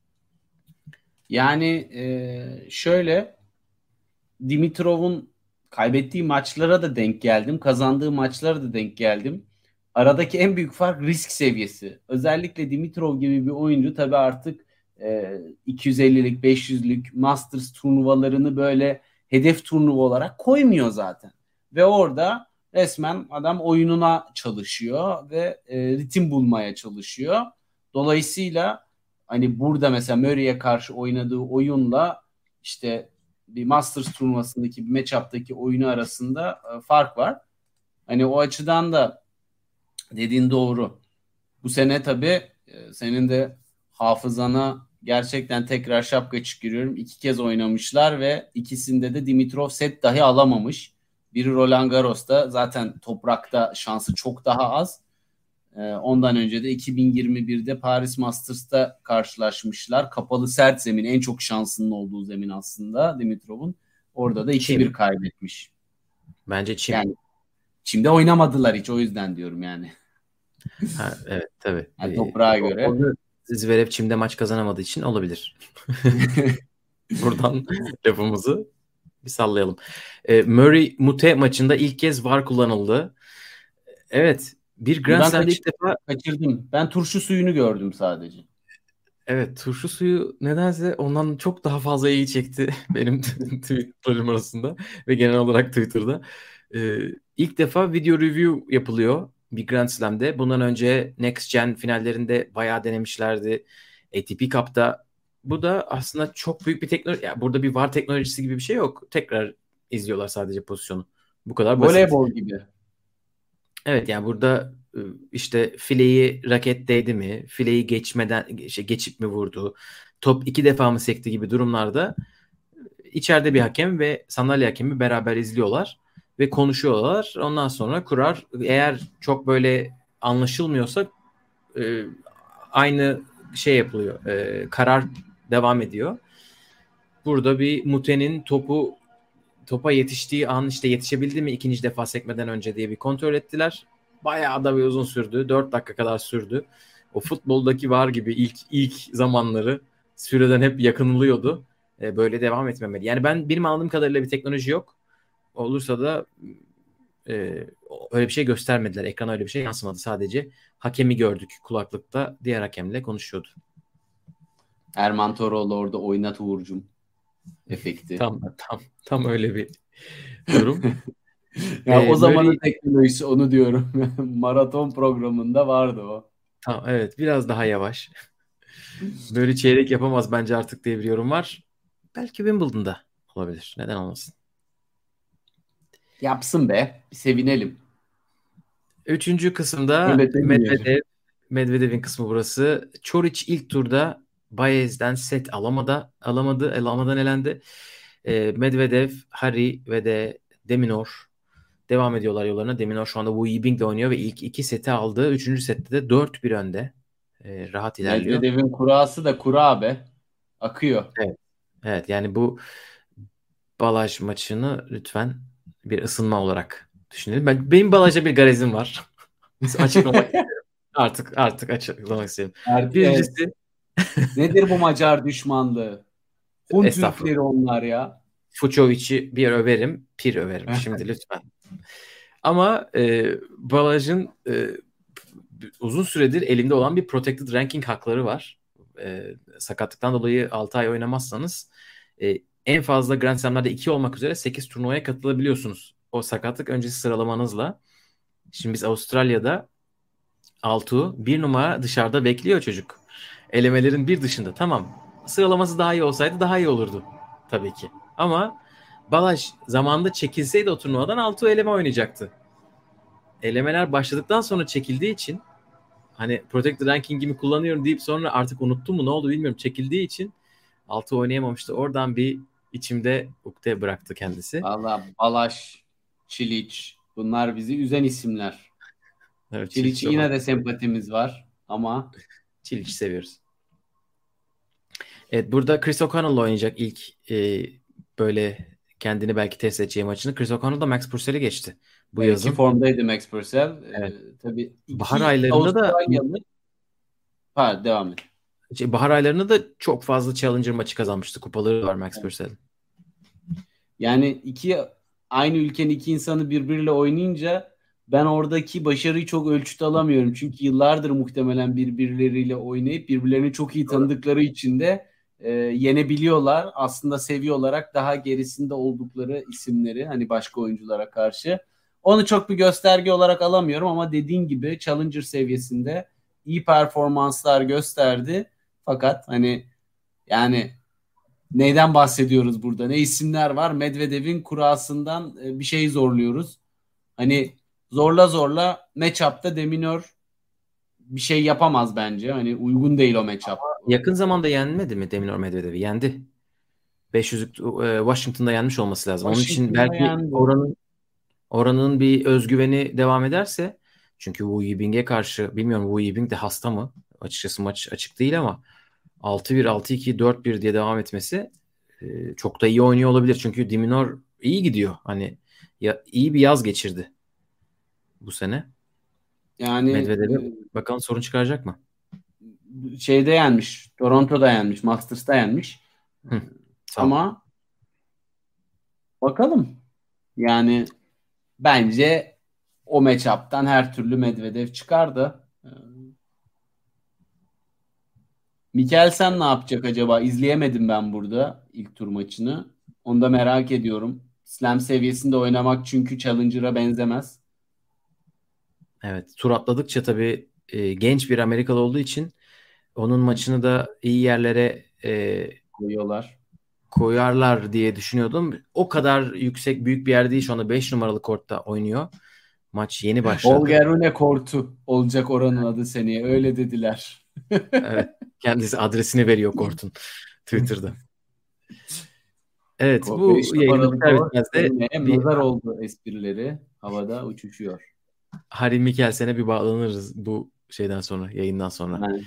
Yani e, şöyle Dimitrov'un kaybettiği maçlara da denk geldim. Kazandığı maçlara da denk geldim. Aradaki en büyük fark risk seviyesi. Özellikle Dimitrov gibi bir oyuncu tabii artık e, iki yüz ellilik, beş yüzlük Masters turnuvalarını böyle hedef turnuva olarak koymuyor zaten. Ve orada resmen adam oyununa çalışıyor ve e, ritim bulmaya çalışıyor. Dolayısıyla hani burada mesela Murray'e karşı oynadığı oyunla işte bir Masters turnuvasındaki bir matchup'taki oyunu arasında e, fark var. Hani o açıdan da dediğin doğru. Bu sene tabii e, senin de hafızana gerçekten tekrar şapka çıkarıyorum. İki kez oynamışlar ve ikisinde de Dimitrov set dahi alamamış. Biri Roland Garros'ta zaten toprakta şansı çok daha az. E, ondan önce de iki bin yirmi birde Paris Masters'ta karşılaşmışlar. Kapalı sert zemin, en çok şansının olduğu zemin aslında Dimitrov'un. Orada da iki bir kaybetmiş. Bence Çim. Yani Çim'de oynamadılar hiç, o yüzden diyorum yani. Ha, evet tabii. Yani toprağa ee, göre. Orada Zverev Çim'de maç kazanamadığı için olabilir. Buradan lafımızı bir sallayalım. Ee, Murray Mute maçında ilk kez V A R kullanıldı. Evet. Bir Grand Slam'de ilk defa kaçırdım. Ben turşu suyunu gördüm sadece. Evet, turşu suyu nedense ondan çok daha fazla ilgi çekti benim tweetlerim arasında ve genel olarak Twitter'da. Ee, ilk defa video review yapılıyor bir Grand Slam'de. Bundan önce Next Gen finallerinde bayağı denemişlerdi. A T P Cup'ta. Bu da aslında çok büyük bir teknoloji. Yani burada bir V A R teknolojisi gibi bir şey yok. Tekrar izliyorlar sadece pozisyonu. Bu kadar basit. Voleybol gibi. Evet, yani burada işte fileyi raket değdi mi, fileyi geçmeden şey, geçip mi vurdu, top iki defa mı sekti gibi durumlarda içeride bir hakem ve sandalye hakemi beraber izliyorlar ve konuşuyorlar. Ondan sonra kurar, eğer çok böyle anlaşılmıyorsa e, aynı şey yapılıyor, e, karar devam ediyor. Burada bir Mute'nin topu topa yetiştiği an işte yetişebildi mi ikinci defa sekmeden önce diye bir kontrol ettiler. Bayağı da bir uzun sürdü. dört dakika kadar sürdü. O futboldaki V A R gibi ilk ilk zamanları süreden hep yakınılıyordu. E, böyle devam etmemeli. Yani ben benim anladığım kadarıyla bir teknoloji yok. Olursa da e, öyle bir şey göstermediler. Ekrana öyle bir şey yansımadı. Sadece hakemi gördük kulaklıkta. Diğer hakemle konuşuyordu. Erman Toroğlu orada oynat Uğur'cum efekti. tam tam tam öyle bir durum. Ya ee, o zamanın böyle... teknolojisi, onu diyorum. Maraton programında vardı o. Tamam, evet, biraz daha yavaş. Böyle çeyrek yapamaz bence artık diye bir yorum var. Belki Wimbledon'da olabilir. Neden olmasın? Yapsın be. Bir sevinelim. Üçüncü kısımda Öyle demeyelim. Medvedev, Medvedev'in kısmı burası. Çoric ilk turda Baez'den set alamadı, alamadı, alamadan elendi. E, Medvedev, Hari ve de Deminor devam ediyorlar yollarına. Deminor şu anda Wu Yibing'le oynuyor ve ilk iki seti aldı. Üçüncü sette de dört bir önde. E, rahat ilerliyor. Medvedev'in kurası da kura be. Akıyor. Evet. Evet, yani bu Balaj maçını lütfen bir ısınma olarak düşünelim. Ben, benim Balaj'a bir garezim var. Açıklamak istiyorum. Artık artık açıklamak istiyorum. Artık, Birincisi evet. Nedir bu Macar düşmanlığı? Hun estağfurullah. Türkleri onlar ya. Fucovic'i bir överim, pir överim. Şimdi lütfen. Ama e, Balaj'ın e, uzun süredir elinde olan bir protected ranking hakları var. E, sakatlıktan dolayı altı ay oynamazsanız e, en fazla Grand Slam'larda iki olmak üzere sekiz turnuvaya katılabiliyorsunuz. O sakatlık öncesi sıralamanızla. Şimdi biz Avustralya'da Altuğ bir numara dışarıda bekliyor çocuk. Elemelerin bir dışında. Tamam. Sıralaması daha iyi olsaydı daha iyi olurdu. Tabii ki. Ama Balaj zamanında çekilseydi o turnuvadan Altuğ eleme oynayacaktı. Elemeler başladıktan sonra çekildiği için hani Protected Ranking'imi kullanıyorum deyip sonra artık unuttum mu ne oldu bilmiyorum. Çekildiği için Altuğ oynayamamıştı. Oradan bir içimde ukde bıraktı kendisi. Valla Balaş, Çiliç bunlar bizi üzen isimler. Evet, Çiliç'e yine de sempatimiz var ama Çiliç'i seviyoruz. Evet, burada Chris O'Connell'la oynayacak ilk e, böyle kendini belki test edeceği maçını. Chris O'Connell da Max Purcell'i geçti bu evet, yazın. ki formdaydı Max Purcell. Evet. Ee, tabii iki bahar aylarında Avustralyalı... da Ha, devam et. şey, bahar aylarında da çok fazla Challenger maçı kazanmıştı. Kupaları var Max Purcell'in. Yani iki aynı ülkenin iki insanı birbiriyle oynayınca ben oradaki başarıyı çok ölçüt alamıyorum. Çünkü yıllardır muhtemelen birbirleriyle oynayıp birbirlerini çok iyi tanıdıkları için de e, yenebiliyorlar. Aslında seviye olarak daha gerisinde oldukları isimleri hani başka oyunculara karşı. Onu çok bir gösterge olarak alamıyorum ama dediğin gibi Challenger seviyesinde iyi performanslar gösterdi. Fakat hani yani neyden bahsediyoruz burada? Ne isimler var? Medvedev'in kurasından e, bir şey zorluyoruz. Hani zorla zorla matchup'ta Deminor bir şey yapamaz bence. Hani uygun değil o matchup. Yakın zamanda yenmedi mi Deminor Medvedev'i? Yendi. beş yüzlük e, Washington'da yenmiş olması lazım. Onun için Washington'da belki yendi. oranın oranın bir özgüveni devam ederse çünkü Wu Yibing'e karşı bilmiyorum Wu Yibing de hasta mı? Açıkçası maç açık değil ama altı bir, altı iki, dört bir diye devam etmesi e, çok da iyi oynuyor olabilir. Çünkü Deminor iyi gidiyor. Hani ya, iyi bir yaz geçirdi bu sene. Yani Medvedev'e e, bakalım sorun çıkaracak mı? şeyde yenmiş. Toronto'da yenmiş. Masters'ta yenmiş. Hı, sağ ol. Ama bakalım. Yani bence o matchup'tan her türlü Medvedev çıkardı. Mikkelsen ne yapacak acaba? İzleyemedim ben burada ilk tur maçını. Onu da merak ediyorum. Slam seviyesinde oynamak çünkü Challenger'a benzemez. Evet, tur atladıkça tabii e, genç bir Amerikalı olduğu için onun maçını da iyi yerlere e, Koyuyorlar. koyarlar diye düşünüyordum. O kadar yüksek büyük bir yer değil, şu anda beş numaralı kortta oynuyor. Maç yeni başladı. Olga Rune kortu olacak oranın adı seneye. Öyle dediler. Evet, kendisi adresini veriyor kortun Twitter'da. Evet, bu beş yayın numaralı biter kort bitmez de Rune'ye bir nazar oldu esprileri. Havada uçuşuyor. Harry Mikkelsen'e bir bağlanırız bu şeyden sonra, yayından sonra. Yani.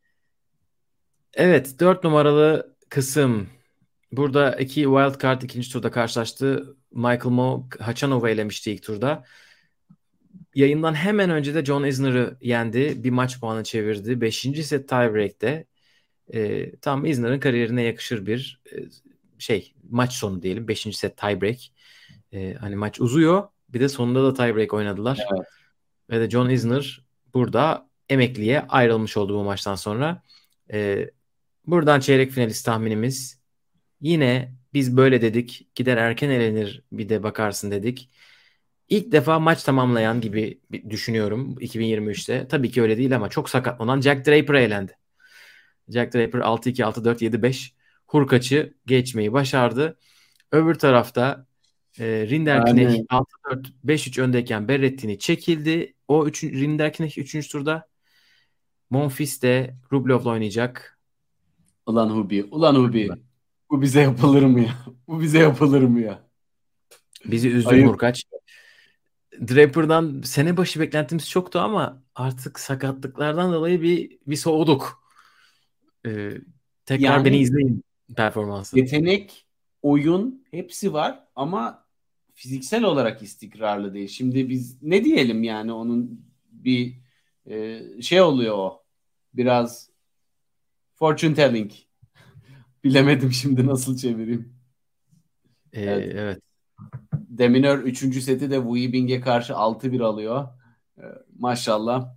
Evet, dört numaralı kısım. Burada iki wild card ikinci turda karşılaştı. Michael Mo Hachanov'u elemişti ilk turda. Yayından hemen önce de John Isner'ı yendi. Bir maç puanı çevirdi. Beşinci set tiebreak'te e, tam Isner'ın kariyerine yakışır bir e, şey maç sonu diyelim. Beşinci set tiebreak. E, hani maç uzuyor. Bir de sonunda da tiebreak oynadılar. Evet. Ve de John Isner burada emekliye ayrılmış oldu bu maçtan sonra. E, buradan çeyrek finalist tahminimiz yine biz böyle dedik. Gider erken elenir bir de bakarsın dedik. İlk defa maç tamamlayan gibi düşünüyorum iki bin yirmi üçte. Tabii ki öyle değil ama çok sakatlanan Jack Draper eğlendi. Jack Draper altı iki altı dört yedi beş Hurkaç'ı geçmeyi başardı. Öbür tarafta e, Rinderknech Yani altı dört beş üç öndeyken Berrettini çekildi. O üç, Rinderknech üçüncü turda. Monfils de Rublev'la oynayacak. ulan Hubi, ulan Hubi. Bu bize yapılır mı ya? Bu bize yapılır mı ya? Bizi üzdün Ayıp. Hurkaç. Draper'dan sene başı beklentimiz çoktu ama artık sakatlıklardan dolayı bir bir soğuduk. Ee, tekrar beni Yani izleyin performansı. yetenek, oyun hepsi var ama fiziksel olarak istikrarlı değil. Şimdi biz ne diyelim yani onun bir e, şey oluyor o. Biraz fortune telling. Bilemedim şimdi nasıl çevireyim. Ee, Evet. evet. Deminör üçüncü seti de Wu Yibing'e karşı altı bir alıyor. Ee, maşallah.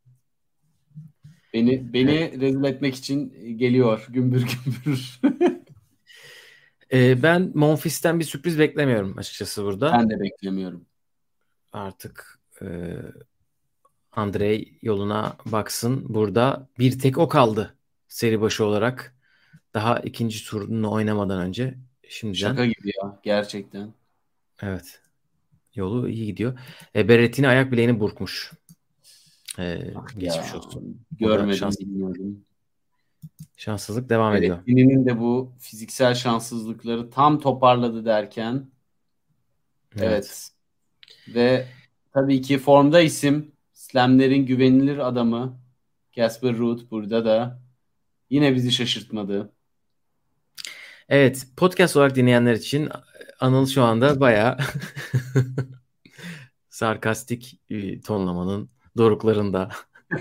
Beni beni Evet. rezil etmek için geliyor gümbür gümbür. Ee, ben Monfils'ten bir sürpriz beklemiyorum açıkçası burada. Ben de beklemiyorum. Artık e, Andrei yoluna baksın. Burada bir tek o kaldı seri başı olarak. Daha ikinci turunu oynamadan önce şimdiden. Şaka gibi ya gerçekten. Evet. Yolu iyi gidiyor. E, Berrettini ayak bileğini burkmuş. E, geçmiş Ya olsun. O da görmedim şans, bilmiyorum. şanssızlık devam ediyor. Berrettini'nin de bu fiziksel şanssızlıkları tam toparladı derken Evet. evet. Ve tabii ki formda isim Slam'lerin güvenilir adamı Casper Ruud burada da yine bizi şaşırtmadı. Evet, podcast olarak dinleyenler için Anıl şu anda bayağı sarkastik e, tonlamanın doruklarında.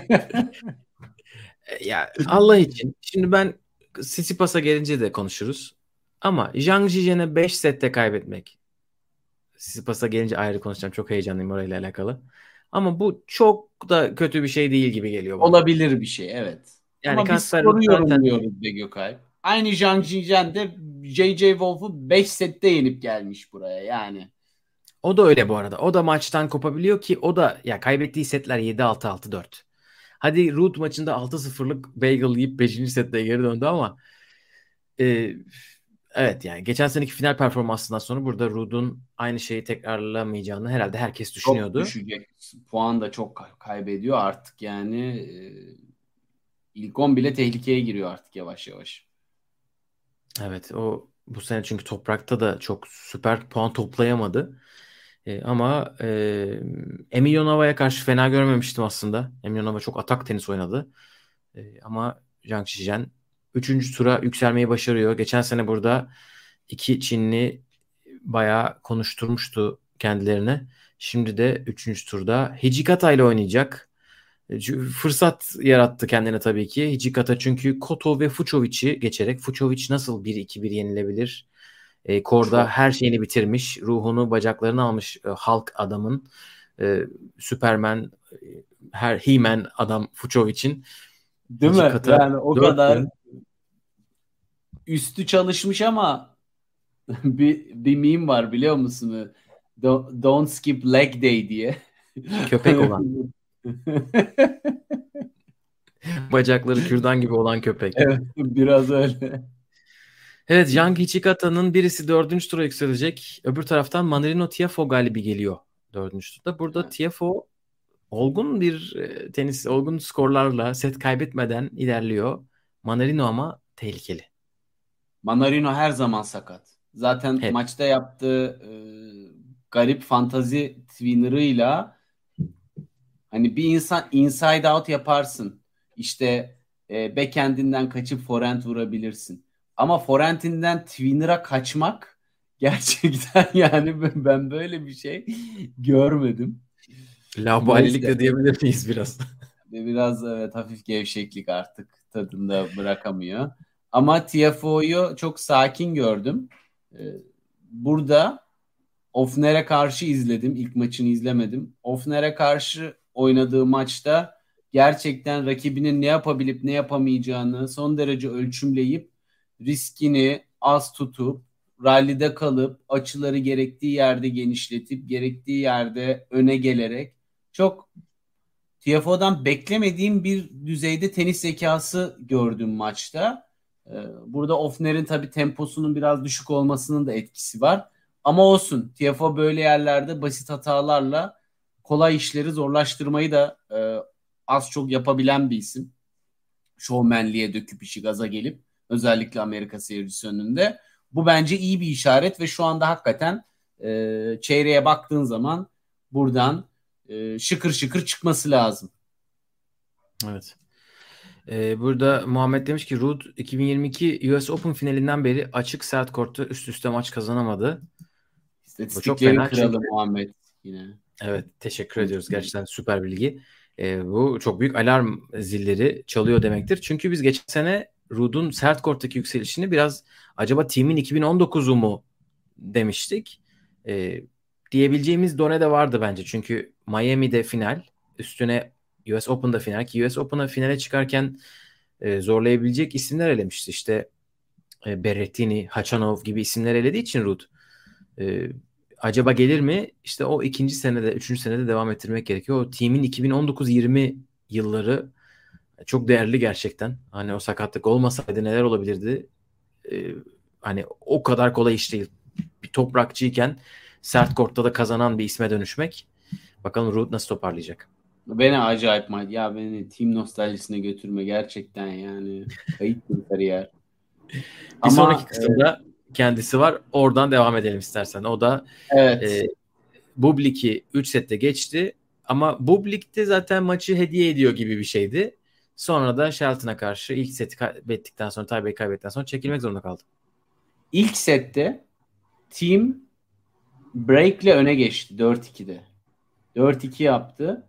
E, Ya Allah için. Şimdi ben Tsitsipas'a gelince de konuşuruz. Ama Zhang Zhijian'e beş sette kaybetmek. Tsitsipas'a gelince ayrı konuşacağım. Çok heyecanlıyım orayla alakalı. Ama bu çok da kötü bir şey değil gibi geliyor bana. Olabilir bir şey evet. Yani Ama biz Kasper skoru zaten yorumluyoruz be Gökay. Aynı Zhang Zhijian de J J Wolf'u beş sette yenip gelmiş buraya yani. o da öyle bu arada. O da maçtan kopabiliyor ki o da ya kaybettiği setler yedi altı altı dört. Hadi Ruud maçında altı sıfırlık bagel yiyip beşinci sette geri döndü ama e, evet yani geçen seneki final performansından sonra burada Ruud'un aynı şeyi tekrarlamayacağını herhalde herkes Çok düşünüyordu. düşecek. Puan da çok kay- kaybediyor artık yani. Ee, ilk on bile tehlikeye giriyor artık yavaş yavaş. Evet o bu sene çünkü toprakta da çok süper puan toplayamadı. E, ama e, Emilionova'ya karşı fena görmemiştim aslında. Emilionova çok atak tenis oynadı. E, ama Zhang Zhijian üçüncü tura yükselmeyi başarıyor. Geçen sene burada iki Çinli bayağı konuşturmuştu kendilerine. Şimdi de üçüncü turda Hijikata ile oynayacak. E, Fırsat yarattı kendine tabii ki. Hijikata çünkü Koto ve Fucovic'i geçerek Fucovic nasıl bir iki bir yenilebilir? E, Korda Çok. her şeyini bitirmiş. Ruhunu bacaklarına almış e, Hulk adamın. E, Superman, e, her He-Man adam Fucovic'in. Değil mi? Hijikata Yani o dört kadar gün. üstü çalışmış ama bir, bir meme var biliyor musun? Don't, don't skip leg day diye. Köpek olan. Bacakları kürdan gibi olan köpek. Evet, biraz öyle. Evet, Yang Hichikata'nın birisi dördüncü tura yükselecek. Öbür taraftan Manarino Tiafoe galibi geliyor dördüncü turda. Burada Tiafoe olgun bir e, tenis, olgun skorlarla set kaybetmeden ilerliyor. Manarino ama tehlikeli. Manarino her zaman sakat. Zaten Hep. maçta yaptığı e, garip fantazi twinner'ıyla hani bir insan inside out yaparsın. İşte e, backend'inden kaçıp forehand vurabilirsin. Ama forehand'inden twinner'a kaçmak gerçekten yani ben ben böyle bir şey görmedim. Laubalilik Neyse. de diyebilir miyiz biraz? Biraz evet hafif gevşeklik artık tadında bırakamıyor. Ama Tiafoe'yu çok sakin gördüm. Ee, burada Ofner'e karşı izledim. İlk maçını izlemedim. Ofner'e karşı oynadığı maçta gerçekten rakibinin ne yapabilip ne yapamayacağını son derece ölçümleyip riskini az tutup rallide kalıp açıları gerektiği yerde genişletip gerektiği yerde öne gelerek çok Tiafoe'dan beklemediğim bir düzeyde tenis zekası gördüm maçta. Burada Ofner'in tabii temposunun biraz düşük olmasının da etkisi var. Ama olsun. Tiafoe böyle yerlerde basit hatalarla kolay işleri zorlaştırmayı da e, az çok yapabilen bir isim. Şovmenliğe döküp işi gaza gelip özellikle Amerika seyircisi önünde. Bu bence iyi bir işaret ve şu anda hakikaten e, çeyreğe baktığın zaman buradan e, şıkır şıkır çıkması lazım. Evet. Ee, burada Muhammed demiş ki Ruud iki bin yirmi iki U S Open finalinden beri açık sert kortta üst üste maç kazanamadı. İstatistikleri kralı çünkü... Muhammed yine. Evet, teşekkür ediyoruz. Gerçekten süper bilgi. Ee, bu çok büyük alarm zilleri çalıyor demektir. Çünkü biz geçen sene Ruud'un sert korttaki yükselişini biraz acaba Thiem'in iki bin on dokuzu mu demiştik. Ee, diyebileceğimiz done de vardı bence. Çünkü Miami'de final, üstüne U S Open'da final ki U S Open'a finale çıkarken e, zorlayabilecek isimler elemişti. İşte e, Berrettini, Khachanov gibi isimler elediği için Ruud. E, acaba gelir mi? İşte o ikinci senede, üçüncü senede devam ettirmek gerekiyor. O Thiem'in iki bin on dokuz yirmi yılları çok değerli gerçekten. Hani o sakatlık olmasaydı neler olabilirdi? E, hani o kadar kolay iş değil. Bir toprakçıyken sert kortta da kazanan bir isme dönüşmek. Bakalım Ruud nasıl toparlayacak? Beni acayip mal. Ya beni Thiem nostaljisine götürme gerçekten yani. Kayıp bir kariyer. Bir Ama, sonraki kısımda e, kendisi var. Oradan devam edelim istersen. O da evet. e, Bublik'i üç sette geçti. Ama Bublik'te zaten maçı hediye ediyor gibi bir şeydi. Sonra da Shelton'a karşı ilk seti kaybettikten sonra, tiebreak kaybettikten sonra çekilmek zorunda kaldı. İlk sette Thiem break'le öne geçti dört ikide. dört iki yaptı.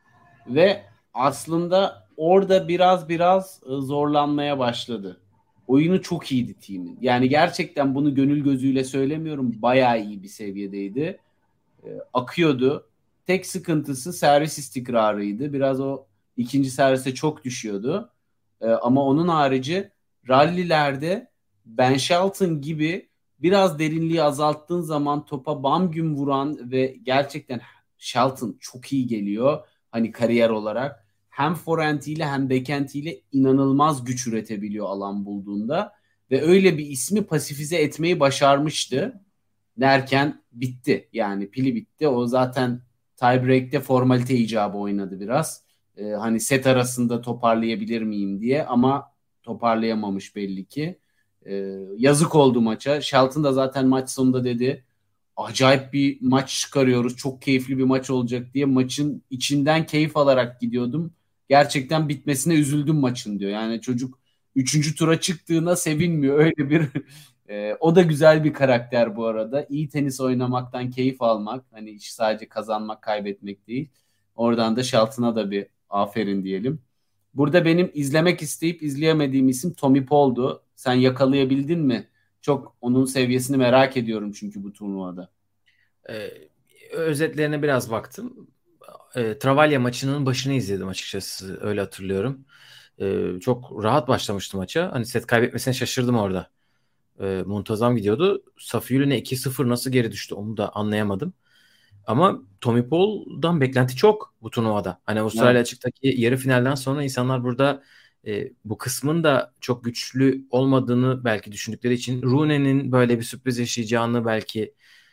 Ve aslında orada biraz biraz zorlanmaya başladı. Oyunu çok iyiydi Thiem'in. Yani gerçekten bunu gönül gözüyle söylemiyorum. Bayağı iyi bir seviyedeydi. E, akıyordu. Tek sıkıntısı servis istikrarıydı. Biraz o ikinci servise çok düşüyordu. E, ama onun harici rallilerde Ben Shelton gibi biraz derinliği azalttığın zaman topa bam güm vuran ve gerçekten Shelton çok iyi geliyor. Hani kariyer olarak hem forehand'iyle hem backhand'iyle inanılmaz güç üretebiliyor alan bulduğunda ve öyle bir ismi pasifize etmeyi başarmıştı. Derken bitti. Yani pili bitti. O zaten tiebreak'te formalite icabı oynadı biraz. Ee, hani set arasında toparlayabilir miyim diye ama toparlayamamış belli ki. Ee, yazık oldu maça. Shelton da zaten maç sonunda dedi acayip bir maç çıkarıyoruz. Çok keyifli bir maç olacak diye maçın içinden keyif alarak gidiyordum. Gerçekten bitmesine üzüldüm maçın diyor. Yani çocuk üçüncü tura çıktığına sevinmiyor. Öyle bir e, o da güzel bir karakter bu arada. İyi tenis oynamaktan keyif almak. Hani iş sadece kazanmak, kaybetmek değil. Oradan da Shelton'a da bir aferin diyelim. Burada benim izlemek isteyip izleyemediğim isim Tommy Paul'du. Sen yakalayabildin mi? Çok onun seviyesini merak ediyorum çünkü bu turnuvada. Ee, özetlerine biraz baktım. Ee, Travaglia maçının başını izledim açıkçası. Öyle hatırlıyorum. Ee, çok rahat başlamıştı maça. Hani set kaybetmesine şaşırdım orada. Ee, muntazam gidiyordu. Safiuline iki sıfır nasıl geri düştü onu da anlayamadım. Ama Tommy Paul'dan beklenti çok bu turnuvada. Hani Avustralya evet. Açık'taki yarı finalden sonra insanlar burada e, bu kısmın da çok güçlü olmadığını belki düşündükleri için Rune'nin böyle bir sürpriz yaşayacağını belki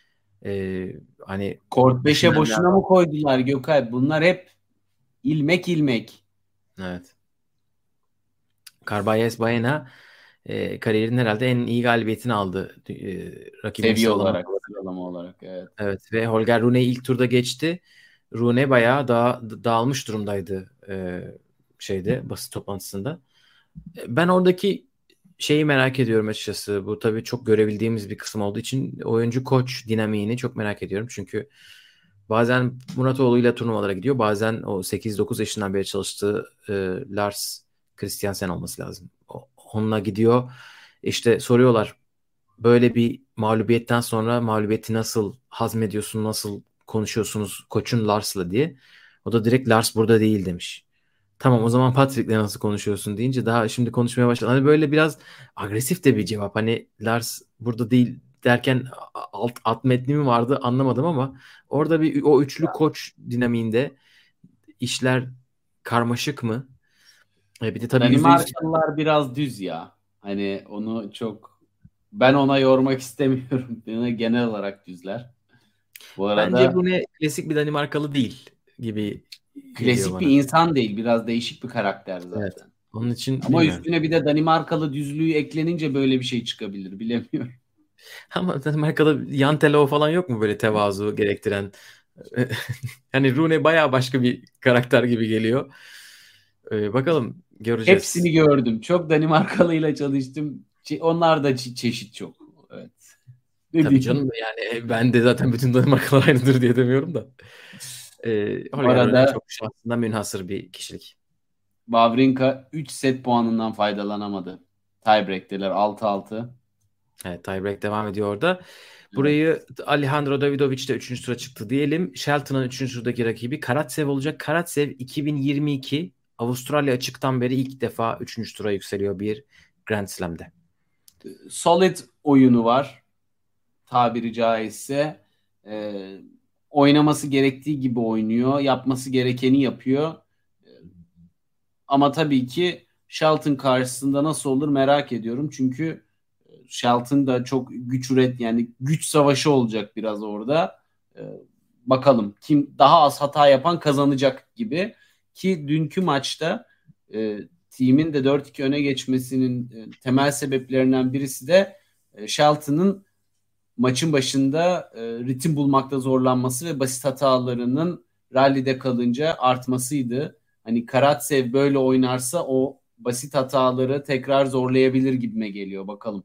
e, hani Kort beşe boşuna mı koydular Gökay? Bunlar hep ilmek ilmek. Evet. Carballes Baena e, kariyerinin herhalde en iyi galibiyetini aldı. E, rakibin seviye olarak, sıralama olarak. Evet. Evet ve Holger Rune ilk turda geçti. Rune bayağı da dağılmış durumdaydı e, şeyde basın toplantısında. Ben oradaki şeyi merak ediyorum açıkçası. Bu tabii çok görebildiğimiz bir kısım olduğu için oyuncu koç dinamiğini çok merak ediyorum. Çünkü bazen Muratoğlu ile turnuvalara gidiyor. Bazen o sekiz dokuz yaşından beri çalıştığı e, Lars Christiansen olması lazım. O, onunla gidiyor. İşte soruyorlar böyle bir mağlubiyetten sonra mağlubiyeti nasıl hazmediyorsun, nasıl konuşuyorsunuz koçun Lars'la diye. O da direkt Lars burada değil demiş. Tamam o zaman Patrick'le nasıl konuşuyorsun deyince daha şimdi konuşmaya başladı. Hani böyle biraz agresif de bir cevap. Hani Lars burada değil derken alt, alt metni mi vardı anlamadım ama orada bir o üçlü koç dinamiğinde işler karmaşık mı? E, bir de tabii yüzde yüz Danimarkalılar biraz düz ya. Hani onu çok ben ona yormak istemiyorum. Yani genel olarak düzler. Bu bence arada bu ne klasik bir Danimarkalı değil gibi geliyor klasik bir bana. insan değil. Biraz değişik bir karakter Evet. zaten. Onun için Ama bilmiyorum. üstüne bir de Danimarkalı düzlüğü eklenince böyle bir şey çıkabilir. Bilemiyorum. Ama Danimarka'da yan telo falan yok mu böyle tevazu gerektiren? Hani Rune bayağı başka bir karakter gibi geliyor. Ee, bakalım göreceğiz. Hepsini gördüm. Çok Danimarkalıyla çalıştım. Çe- Onlar da çe- çeşit çok. Evet. Ne Tabii diyeyim? canım yani ben de zaten bütün Danimarkalar aynıdır diye demiyorum da. Ee, Bu Holger Rune arada çok şahsından münhasır bir kişilik. Wawrinka üç set puanından faydalanamadı. Tiebreak'teler altı altı. Evet, tiebreak devam ediyor orada. Burayı Alejandro Davidovich de üçüncü tura çıktı diyelim. Shelton'ın üçüncü turdaki rakibi Karatsev olacak. Karatsev iki bin yirmi iki Avustralya açıktan beri ilk defa üçüncü tura yükseliyor bir Grand Slam'de. Solid oyunu var. Tabiri caizse. Ee, oynaması gerektiği gibi oynuyor. Yapması gerekeni yapıyor. Ee, ama tabii ki Shelton karşısında nasıl olur merak ediyorum. Çünkü Shelton da çok güç üret yani güç savaşı olacak biraz orada. Ee, bakalım kim daha az hata yapan kazanacak gibi ki dünkü maçta e, team'in de dört iki öne geçmesinin e, temel sebeplerinden birisi de e, Shelton'ın maçın başında e, ritim bulmakta zorlanması ve basit hatalarının rallide kalınca artmasıydı. Hani Karatsev böyle oynarsa o basit hataları tekrar zorlayabilir gibime geliyor. Bakalım.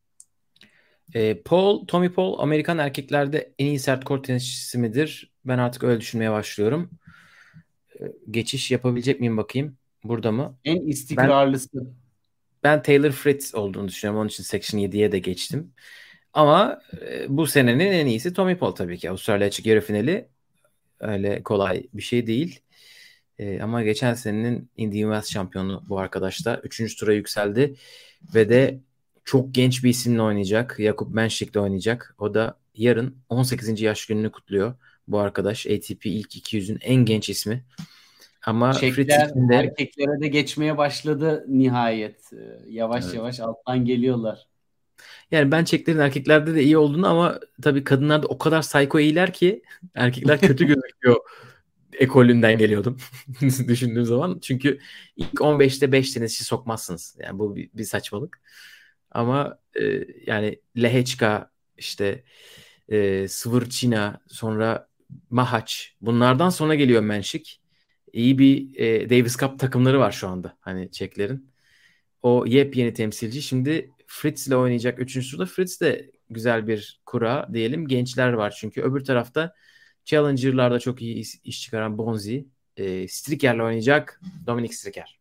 E, Paul, Tommy Paul Amerikan erkeklerde en iyi sert kort tenisçisi midir? Ben artık öyle düşünmeye başlıyorum. E, geçiş yapabilecek miyim bakayım? Burada mı? En Ben istikrarlısı. ben Taylor Fritz olduğunu düşünüyorum. Onun için Section yediye de geçtim. Ama e, bu senenin en iyisi Tommy Paul tabii ki. Avustralya açık yarı finali öyle kolay bir şey değil. E, ama geçen senenin Indian Wells şampiyonu bu arkadaş da üçüncü tura yükseldi ve de çok genç bir isimle oynayacak. Jakub Menschik'le oynayacak. O da yarın on sekizinci yaş gününü kutluyor. Bu arkadaş A T P ilk iki yüzün en genç ismi. Ama Fritz Çekler için de erkeklere de geçmeye başladı nihayet. Ee, Yavaş evet. yavaş alttan geliyorlar. Yani ben Çeklerin erkeklerde de iyi olduğunu ama tabii kadınlarda o kadar psycho iyiler ki erkekler kötü gözüküyor ekolünden geliyordum düşündüğüm zaman. Çünkü ilk on beşte beş tenisçi sokmazsınız. Yani bu bir, bir saçmalık. Ama e, yani Lehečka işte e, Svırçina sonra Mahaç bunlardan sonra geliyor Menšik. İyi bir e, Davis Cup takımları var şu anda hani Çeklerin. O yepyeni temsilci. Şimdi Fritz ile oynayacak üçüncü turda. Fritz de güzel bir kura diyelim. Gençler var çünkü. Öbür tarafta Challenger'larda çok iyi iş, iş çıkaran Bonzi. E, Stricker'le oynayacak Dominic Stricker.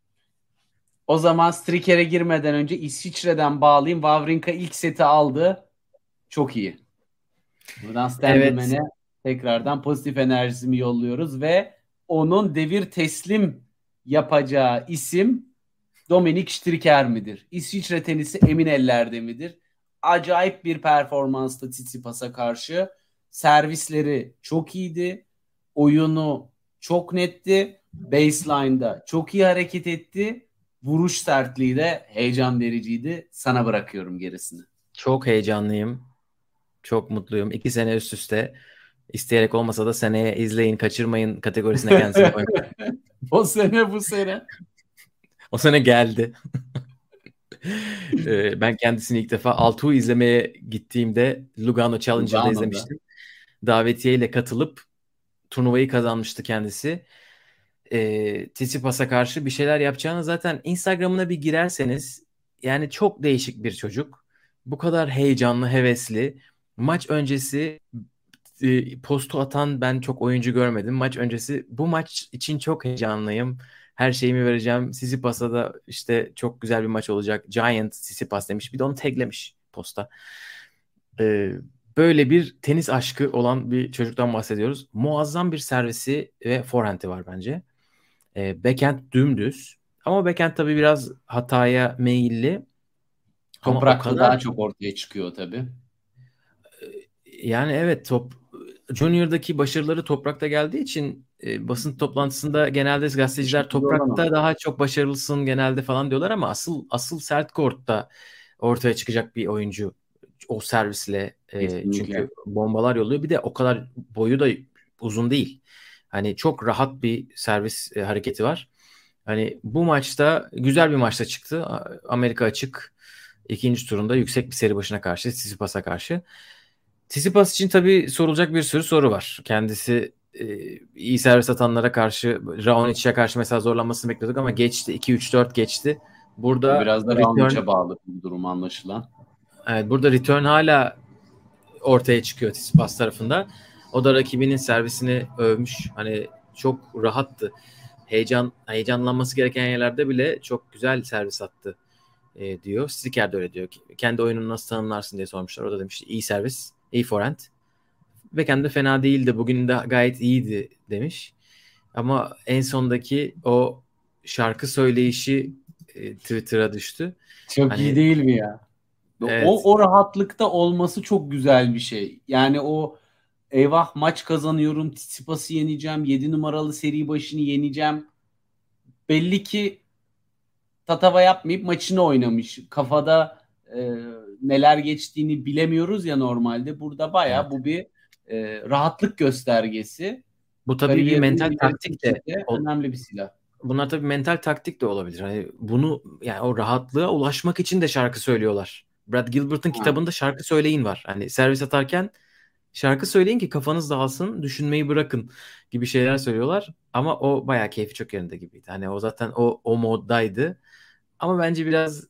O zaman Striker'e girmeden önce İsviçre'den bağlayayım. Wawrinka ilk seti aldı. Çok iyi. Buradan Stenderman'e Evet. tekrardan pozitif enerjisini yolluyoruz ve onun devir teslim yapacağı isim Dominik Striker midir? İsviçre tenisi emin ellerde midir? Acayip bir performansta Tsitsipas'a karşı. Servisleri çok iyiydi. Oyunu çok netti. Baseline'da çok iyi hareket etti. Vuruş sertliği de heyecan vericiydi. Sana bırakıyorum gerisini. Çok heyecanlıyım. Çok mutluyum. İki sene üst üste isteyerek olmasa da seneye izleyin, kaçırmayın kategorisine kendisini koymuş. O sene bu sene. O sene geldi. Ee, ben kendisini ilk defa Altuğ'u izlemeye gittiğimde Lugano Challenger'da Lugano'da. izlemiştim. Davetiye ile katılıp turnuvayı kazanmıştı kendisi. Ee, Tsitsipas'a karşı bir şeyler yapacağını zaten Instagram'ına bir girerseniz yani çok değişik bir çocuk. Bu kadar heyecanlı, hevesli. Maç öncesi e, postu atan ben çok oyuncu görmedim. Maç öncesi bu maç için çok heyecanlıyım. Her şeyimi vereceğim. Tsitsipas'a da işte çok güzel bir maç olacak. Giant Tsitsipas demiş. Bir de onu taglemiş posta. Ee, böyle bir tenis aşkı olan bir çocuktan bahsediyoruz. Muazzam bir servisi ve forehand'i var bence. Ee, backhand dümdüz. Ama backhand tabii biraz hataya meyilli. Ama o Toprakta kadar daha çok ortaya çıkıyor tabii. yani evet top Junior'daki başarıları toprakta geldiği için e, basın toplantısında genelde gazeteciler Teşekkür toprakta olamam. daha çok başarılısın genelde falan diyorlar ama asıl asıl sert kortta ortaya çıkacak bir oyuncu o servisle e, Kesinlikle. çünkü bombalar yolluyor. Bir de o kadar boyu da uzun değil. Hani çok rahat bir servis e, hareketi var. Hani bu maçta güzel bir maçta çıktı. A- Amerika açık ikinci turunda yüksek bir seri başına karşı, Tsitsipas'a karşı. Tsitsipas için tabii sorulacak bir sürü soru var. Kendisi e, iyi servis atanlara karşı, Raonic'e karşı mesela zorlanmasını bekliyorduk ama geçti. iki üç dört geçti. O Burada biraz da return Raonic'e bağlı bir durum anlaşılan. evet, burada return hala ortaya çıkıyor Tsitsipas tarafında. O da rakibinin servisini övmüş. Hani çok rahattı. Heyecan heyecanlanması gereken yerlerde bile çok güzel servis attı e, diyor. Stricker de öyle diyor. Kendi oyununu nasıl tanımlarsın diye sormuşlar. O da demiş iyi servis, iyi forehand. Backhand de fena değildi. Bugün de gayet iyiydi demiş. Ama en sondaki o şarkı söyleyişi e, Twitter'a düştü. Çok iyi Hani değil mi ya? evet. O, o rahatlıkta olması çok güzel bir şey. Yani o eyvah maç kazanıyorum, Tsitsipas'ı yeneceğim, yedi numaralı seri başını yeneceğim. Belli ki tatava yapmayıp maçını oynamış. Kafada e, neler geçtiğini bilemiyoruz ya normalde. Burada Evet. baya bu bir e, rahatlık göstergesi. Bu tabii bir Kariyerinin mental ilerisi taktik için de de ol- önemli bir silah. bunlar tabii mental taktik de olabilir. Hani bunu yani o rahatlığa ulaşmak için de şarkı söylüyorlar. Brad Gilbert'ın Ha, kitabında şarkı söyleyin var. Hani servis atarken şarkı söyleyin ki kafanız dağılsın, düşünmeyi bırakın gibi şeyler söylüyorlar. Ama o bayağı keyfi çok yerinde gibiydi. Hani o zaten o o moddaydı. Ama bence biraz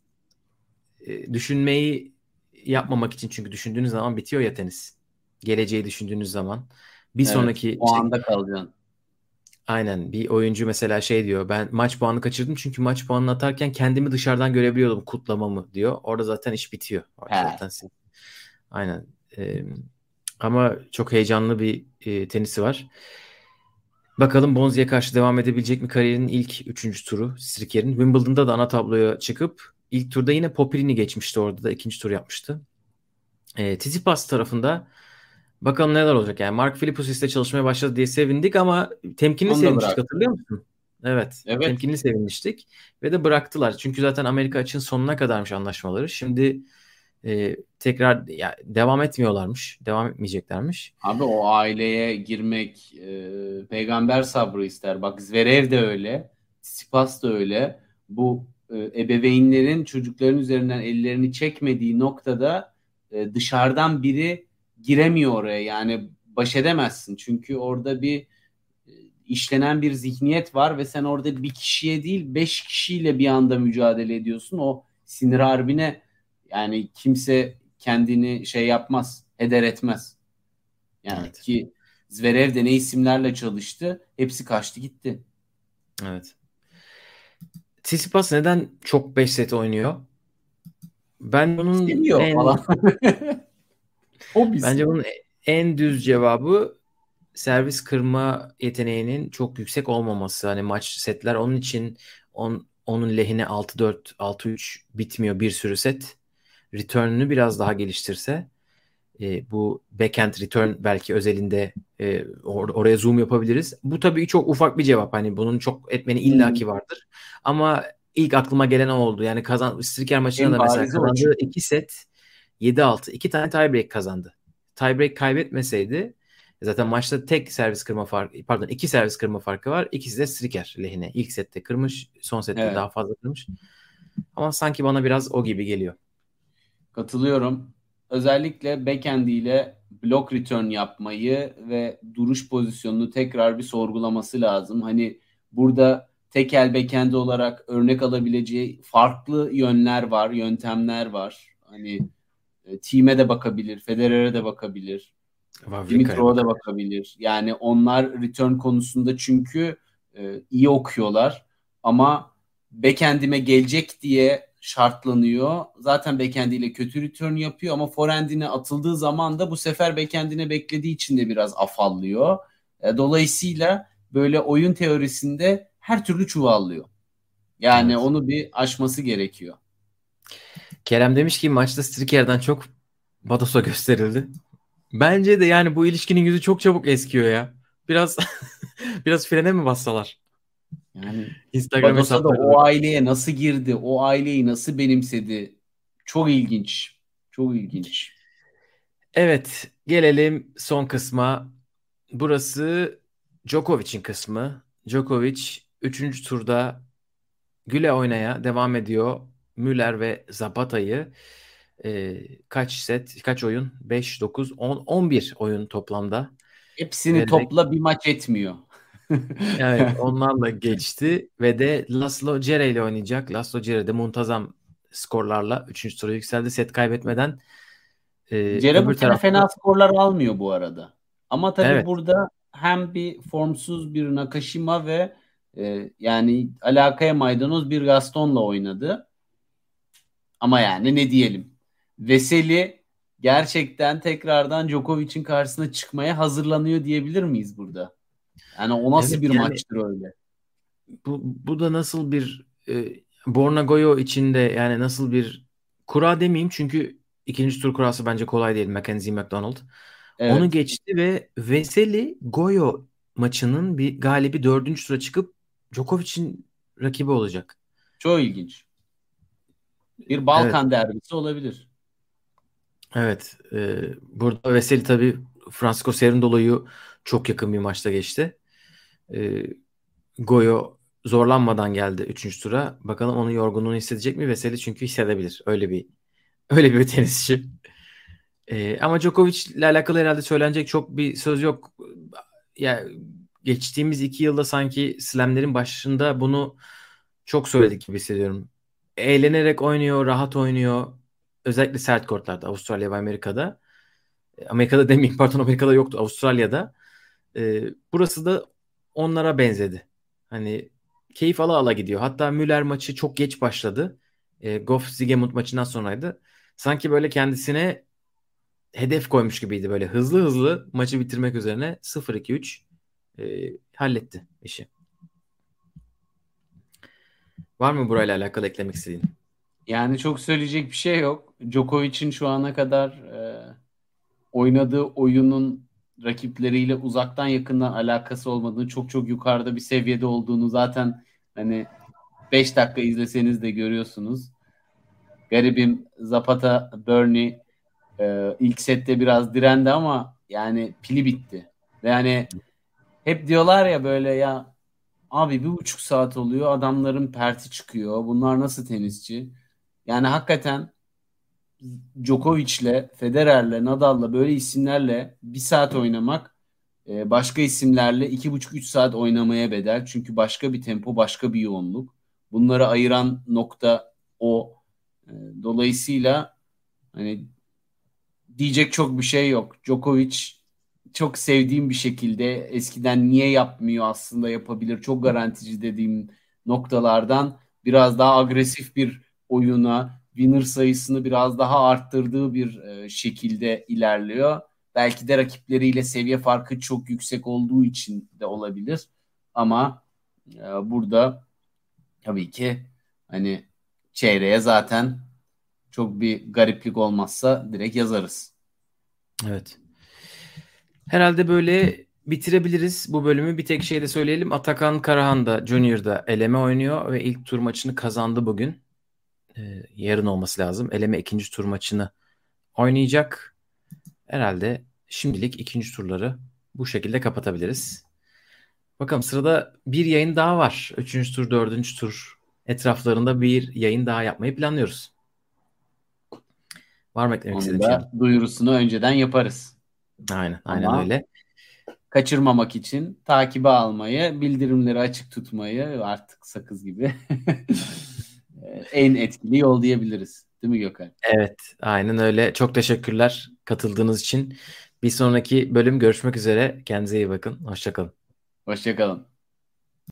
e, düşünmeyi yapmamak için çünkü düşündüğünüz zaman bitiyor ya tenis. Geleceği düşündüğünüz zaman. Bir evet. sonraki O işte anda kalacaksın. aynen bir oyuncu mesela şey diyor ben maç puanı kaçırdım çünkü maç puanını atarken kendimi dışarıdan görebiliyordum kutlamamı diyor. Orada zaten iş bitiyor. Orada He. zaten sil- aynen. Ee, ama çok heyecanlı bir e, tenisi var. Bakalım Bonzi'ye karşı devam edebilecek mi kariyerinin ilk üçüncü turu Striker'in. Wimbledon'da da ana tabloya çıkıp ilk turda yine Popperini geçmişti orada da ikinci tur yapmıştı. E, Tsitsipas tarafında bakalım neler olacak. Yani Mark Philippus'la çalışmaya başladı diye sevindik ama temkinli Onu da sevinmiştik bırak. hatırlıyor musun? Evet, Evet. temkinli sevinmiştik ve de bıraktılar. Çünkü zaten Amerika açığın sonuna kadarmış anlaşmaları. Şimdi e, tekrar ya, devam etmiyorlarmış, devam etmeyeceklermiş. Abi o aileye girmek e, peygamber sabrı ister. Bak Zverev de öyle. Tsitsipas da öyle. Bu e, ebeveynlerin çocukların üzerinden ellerini çekmediği noktada e, dışarıdan biri giremiyor oraya. Yani baş edemezsin. Çünkü orada bir e, işlenen bir zihniyet var ve sen orada bir kişiye değil beş kişiyle bir anda mücadele ediyorsun. O sinir harbine yani kimse kendini şey yapmaz, heder etmez. Yani Evet, ki Zverev de ne isimlerle çalıştı. Hepsi kaçtı gitti. evet. Tsitsipas neden çok beş set oynuyor? Ben bunun Seviyor en falan. Hobisi. bence bunun en düz cevabı servis kırma yeteneğinin çok yüksek olmaması. Hani maç setler onun için on, onun lehine altı dört altı üç bitmiyor bir sürü set. Return'ünü biraz daha geliştirse e, bu backhand return belki özelinde e, or- oraya zoom yapabiliriz. Bu tabii çok ufak bir cevap. Hani bunun çok etmeni Hmm. illaki vardır. Ama ilk aklıma gelen o oldu. Yani kazan Striker maçına En da mesela barizi o kazandığı çünkü. iki set yedi altı. iki tane tiebreak kazandı. Tiebreak kaybetmeseydi zaten maçta tek servis kırma farkı pardon iki servis kırma farkı var. İkisi de Striker lehine. İlk sette kırmış, son sette Evet. daha fazla kırmış. Ama sanki bana biraz o gibi geliyor. Katılıyorum. Özellikle backhand ile block return yapmayı ve duruş pozisyonunu tekrar bir sorgulaması lazım. Hani burada tekel backhand olarak örnek alabileceği farklı yönler var, yöntemler var. Hani e, Thiem'e de bakabilir, Federer'e de bakabilir. Wawrinka'ya Dimitrov'a da bakabilir. bakabilir. Yani onlar return konusunda çünkü e, iyi okuyorlar. Ama backend'ime gelecek diye şartlanıyor. Zaten backend'iyle kötü return yapıyor ama forehand'ine atıldığı zaman da bu sefer backend'ine beklediği için de biraz afallıyor. E, dolayısıyla böyle oyun teorisinde her türlü çuvallıyor. Yani Evet. onu bir aşması gerekiyor. Kerem demiş ki maçta Striker'den çok Bados'a gösterildi. Bence de yani bu ilişkinin yüzü çok çabuk eskiyor ya. Biraz biraz frene mi bassalar? Yani Instagram Bados'a da hesapları o da. aileye nasıl girdi? O aileyi nasıl benimsedi? Çok ilginç. Çok ilginç. Evet, gelelim son kısma. Burası Djokovic'in kısmı. Djokovic üçüncü turda güle oynaya devam ediyor. Müller ve Zapata'yı e, kaç set, kaç oyun? beş, dokuz, on, on bir oyun toplamda Hepsini vererek, topla, bir maç etmiyor. evet, onlarla geçti ve de Laslo Djere ile oynayacak. Laslo Djere de muntazam skorlarla üçüncü tura yükseldi. Set kaybetmeden e, Cere bu öbür sene tarafta, fena skorlar almıyor bu arada. Ama tabii evet, burada hem bir formsuz bir Nakashima ve e, yani alakaya maydanoz bir Gaston'la oynadı. Ama yani ne diyelim. Veseli gerçekten tekrardan Djokovic'in karşısına çıkmaya hazırlanıyor diyebilir miyiz burada? Yani o nasıl evet bir yani maçtır öyle? bu, bu da nasıl bir e, Borna Goyo içinde yani nasıl bir kura demeyeyim çünkü ikinci tur kurası bence kolay değil. Mackenzie McDonald. Onu Evet. geçti ve Veseli Goyo maçının bir galibi dördüncü tura çıkıp Djokovic'in rakibi olacak. Çok ilginç. Bir Evet, Balkan derbisi olabilir. evet. E, burada Veseli tabii Francisco Cerundolo'yu çok yakın bir maçta geçti. E, Goyo zorlanmadan geldi üçüncü tura. Bakalım onun yorgunluğunu hissedecek mi? Veseli çünkü hissedebilir. Öyle bir öyle bir tenisçi. Ee, ama Djokovic ile alakalı herhalde söylenecek çok bir söz yok. Ya geçtiğimiz iki yılda sanki Slam'lerin başında bunu çok söyledik gibi hissediyorum. Eğlenerek oynuyor, rahat oynuyor. Özellikle sert kortlarda Avustralya ve Amerika'da. E, Amerika'da demeyeyim, pardon, Amerika'da yoktu, Avustralya'da. Ee, burası da onlara benzedi. Hani keyif ala ala gidiyor. Hatta Müller maçı çok geç başladı. Ee, Goff Zigemund maçından sonraydı. Sanki böyle kendisine hedef koymuş gibiydi, böyle hızlı hızlı maçı bitirmek üzerine sıfır iki üç e, halletti işi. Var mı burayla alakalı eklemek istediğin? Yani çok söyleyecek bir şey yok. Djokovic'in şu ana kadar e, oynadığı oyunun rakipleriyle uzaktan yakından alakası olmadığını, çok çok yukarıda bir seviyede olduğunu zaten hani beş dakika izleseniz de görüyorsunuz. Garibim Zapata, Burnley e, ilk sette biraz direndi ama yani pili bitti. Ve yani hep diyorlar ya böyle, ya abi bir buçuk saat oluyor, adamların perti çıkıyor. Bunlar nasıl tenisçi? Yani hakikaten Djokovic'le, Federer'le, Nadal'la, böyle isimlerle bir saat oynamak e, başka isimlerle iki buçuk üç saat oynamaya bedel. Çünkü başka bir tempo, başka bir yoğunluk. Bunları ayıran nokta o. E, Dolayısıyla hani diyecek çok bir şey yok. Djokovic çok sevdiğim bir şekilde, eskiden niye yapmıyor, aslında yapabilir. Çok garantici dediğim noktalardan biraz daha agresif bir oyuna, winner sayısını biraz daha arttırdığı bir e, şekilde ilerliyor. Belki de rakipleriyle seviye farkı çok yüksek olduğu için de olabilir. Ama e, burada tabii ki hani çeyreğe zaten çok bir gariplik olmazsa direkt yazarız. Evet. Herhalde böyle bitirebiliriz bu bölümü. Bir tek şey de söyleyelim. Atakan Karahan da Junior'da eleme oynuyor ve ilk tur maçını kazandı bugün. Ee, yarın olması lazım. Eleme ikinci tur maçını oynayacak. Herhalde şimdilik ikinci turları bu şekilde kapatabiliriz. Bakalım, sırada bir yayın daha var. Üçüncü tur, dördüncü tur etraflarında bir yayın daha yapmayı planlıyoruz. Var mı eklemek Onun istediğim şey? da duyurusunu önceden yaparız. Aynen, aynen Ama öyle. kaçırmamak için takibe almayı, bildirimleri açık tutmayı, artık sakız gibi en etkili yol diyebiliriz. Değil mi Gökhan? Evet, aynen öyle. Çok teşekkürler katıldığınız için. Bir sonraki bölüm görüşmek üzere. Kendinize iyi bakın. Hoşça kalın. Hoşça kalın.